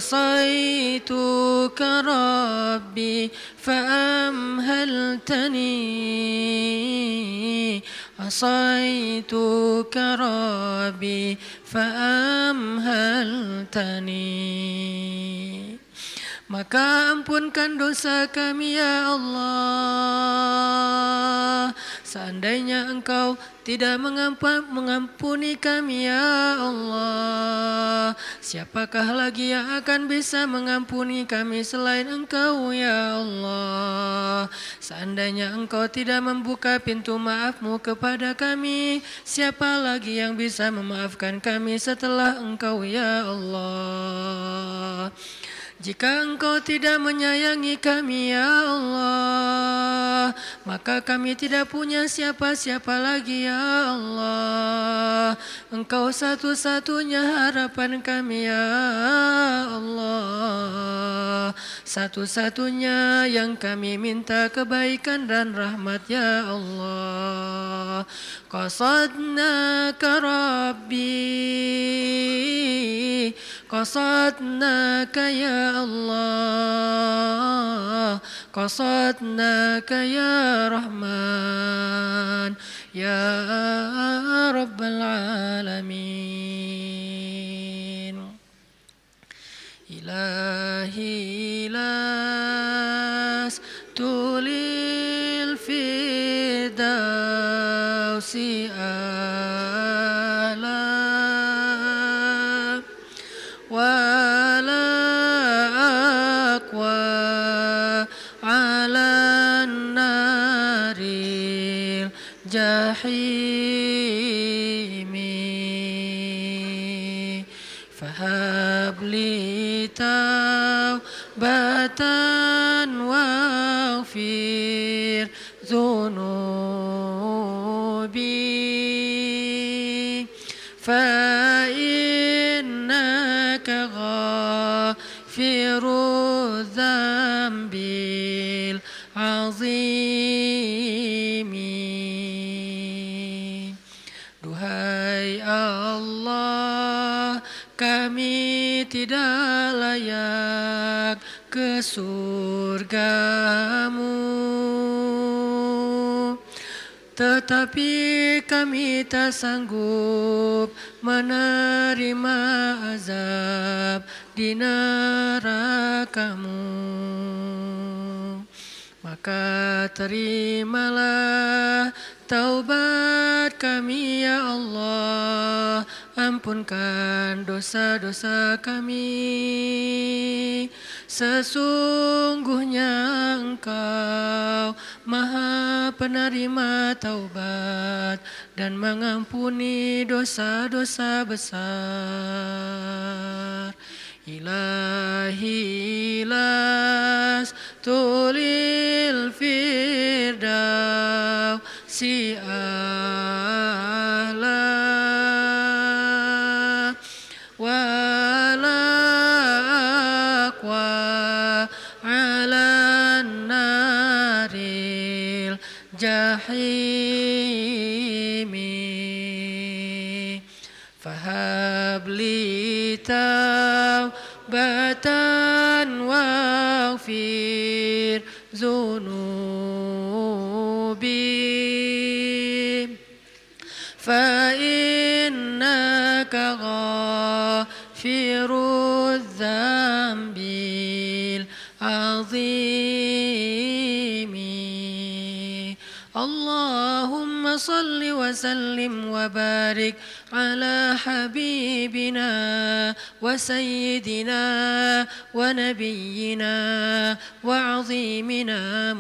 Asaituka Rabbi fa'amhaltani. Asaituka Rabbi fa'amhaltani. Maka ampunkan dosa kami ya Allah. Seandainya Engkau tidak mengampuni kami ya Allah, siapakah lagi yang akan bisa mengampuni kami selain Engkau ya Allah. Seandainya Engkau tidak membuka pintu maaf-Mu kepada kami, siapa lagi yang bisa memaafkan kami setelah Engkau ya Allah. Jika Engkau tidak menyayangi kami ya Allah, maka kami tidak punya siapa-siapa lagi ya Allah. Engkau satu-satunya harapan kami ya Allah. Satu-satunya yang kami minta kebaikan dan rahmat ya Allah. Qasadnaka Rabbi, qasadnaka ya Allah, qasadnaka ya Rahman, ya Rabbal Alamin. Ilahi las tulil firdausi ala wala aqwa ala naril jahimi fahabli taubatan waghfir dhunubi fa innaka ghafiru dzambil azimi. Duhai Allah, kami tidak layak ke surgamu, tetapi kami tak sanggup menerima azab di nerakamu. Maka terimalah taubat kami ya Allah, ampunkan dosa-dosa kami. Sesungguhnya Engkau Maha penerima taubat dan mengampuni dosa-dosa besar. Ilahi las tulil firdausi ala wala aqwa ala naril jahimi fahabli taubatan waghfir dhunubi fa innaka ghafiru dzambil azimi. Allahumma salli wa sallim wa barik ala habibina wa sayyidina wa nabiyyina wa azimina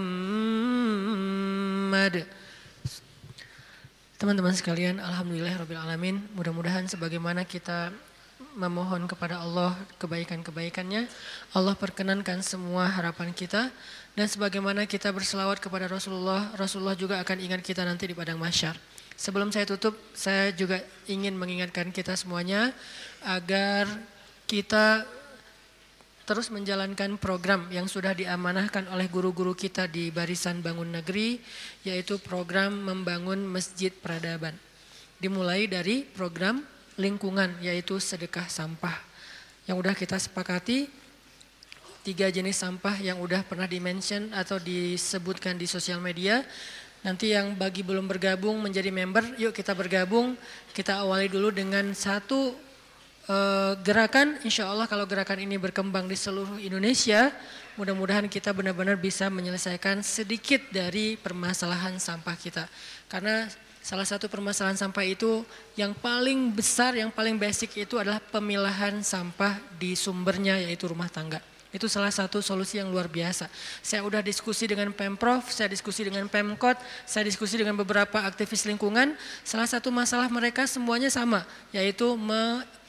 Muhammad. Teman-teman sekalian, alhamdulillahirabbil alamin. Mudah-mudahan sebagaimana kita memohon kepada Allah kebaikan-kebaikannya, Allah perkenankan semua harapan kita. Dan sebagaimana kita berselawat kepada Rasulullah, Rasulullah juga akan ingat kita nanti di padang mahsyar. Sebelum saya tutup, saya juga ingin mengingatkan kita semuanya agar kita terus menjalankan program yang sudah diamanahkan oleh guru-guru kita di Barisan Bangun Negeri, yaitu program membangun Masjid Peradaban. Dimulai dari program lingkungan, yaitu sedekah sampah. Yang udah kita sepakati, 3 jenis sampah yang udah pernah di-mention atau disebutkan di sosial media. Nanti yang bagi belum bergabung menjadi member, yuk kita bergabung. Kita awali dulu dengan satu gerakan. Insya Allah kalau gerakan ini berkembang di seluruh Indonesia, mudah-mudahan kita benar-benar bisa menyelesaikan sedikit dari permasalahan sampah kita. Karena salah satu permasalahan sampah itu yang paling besar, yang paling basic itu adalah pemilahan sampah di sumbernya, yaitu rumah tangga. Itu salah satu solusi yang luar biasa. Saya udah diskusi dengan Pemprov, saya diskusi dengan Pemkot, saya diskusi dengan beberapa aktivis lingkungan. Salah satu masalah mereka semuanya sama, yaitu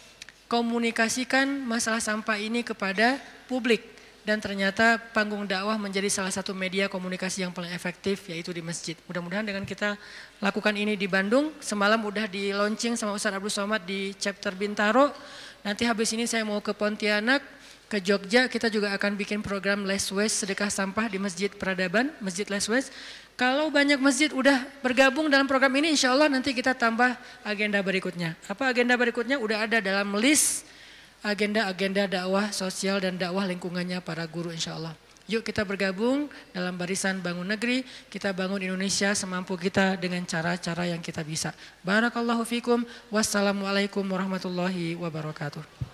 komunikasikan masalah sampah ini kepada publik. Dan ternyata panggung dakwah menjadi salah satu media komunikasi yang paling efektif, yaitu di masjid. Mudah-mudahan dengan kita lakukan ini di Bandung, semalam udah di launching sama Ustaz Abdul Somad di chapter Bintaro. Nanti habis ini saya mau ke Pontianak, ke Jogja, kita juga akan bikin program Less Waste sedekah sampah di Masjid Peradaban, Masjid Less Waste. Kalau banyak masjid udah bergabung dalam program ini, insya Allah nanti kita tambah agenda berikutnya. Apa agenda berikutnya? Udah ada dalam list agenda-agenda dakwah sosial dan dakwah lingkungannya para guru insya Allah. Yuk kita bergabung dalam barisan bangun negeri, kita bangun Indonesia semampu kita dengan cara-cara yang kita bisa. Barakallahu fikum, wassalamualaikum warahmatullahi wabarakatuh.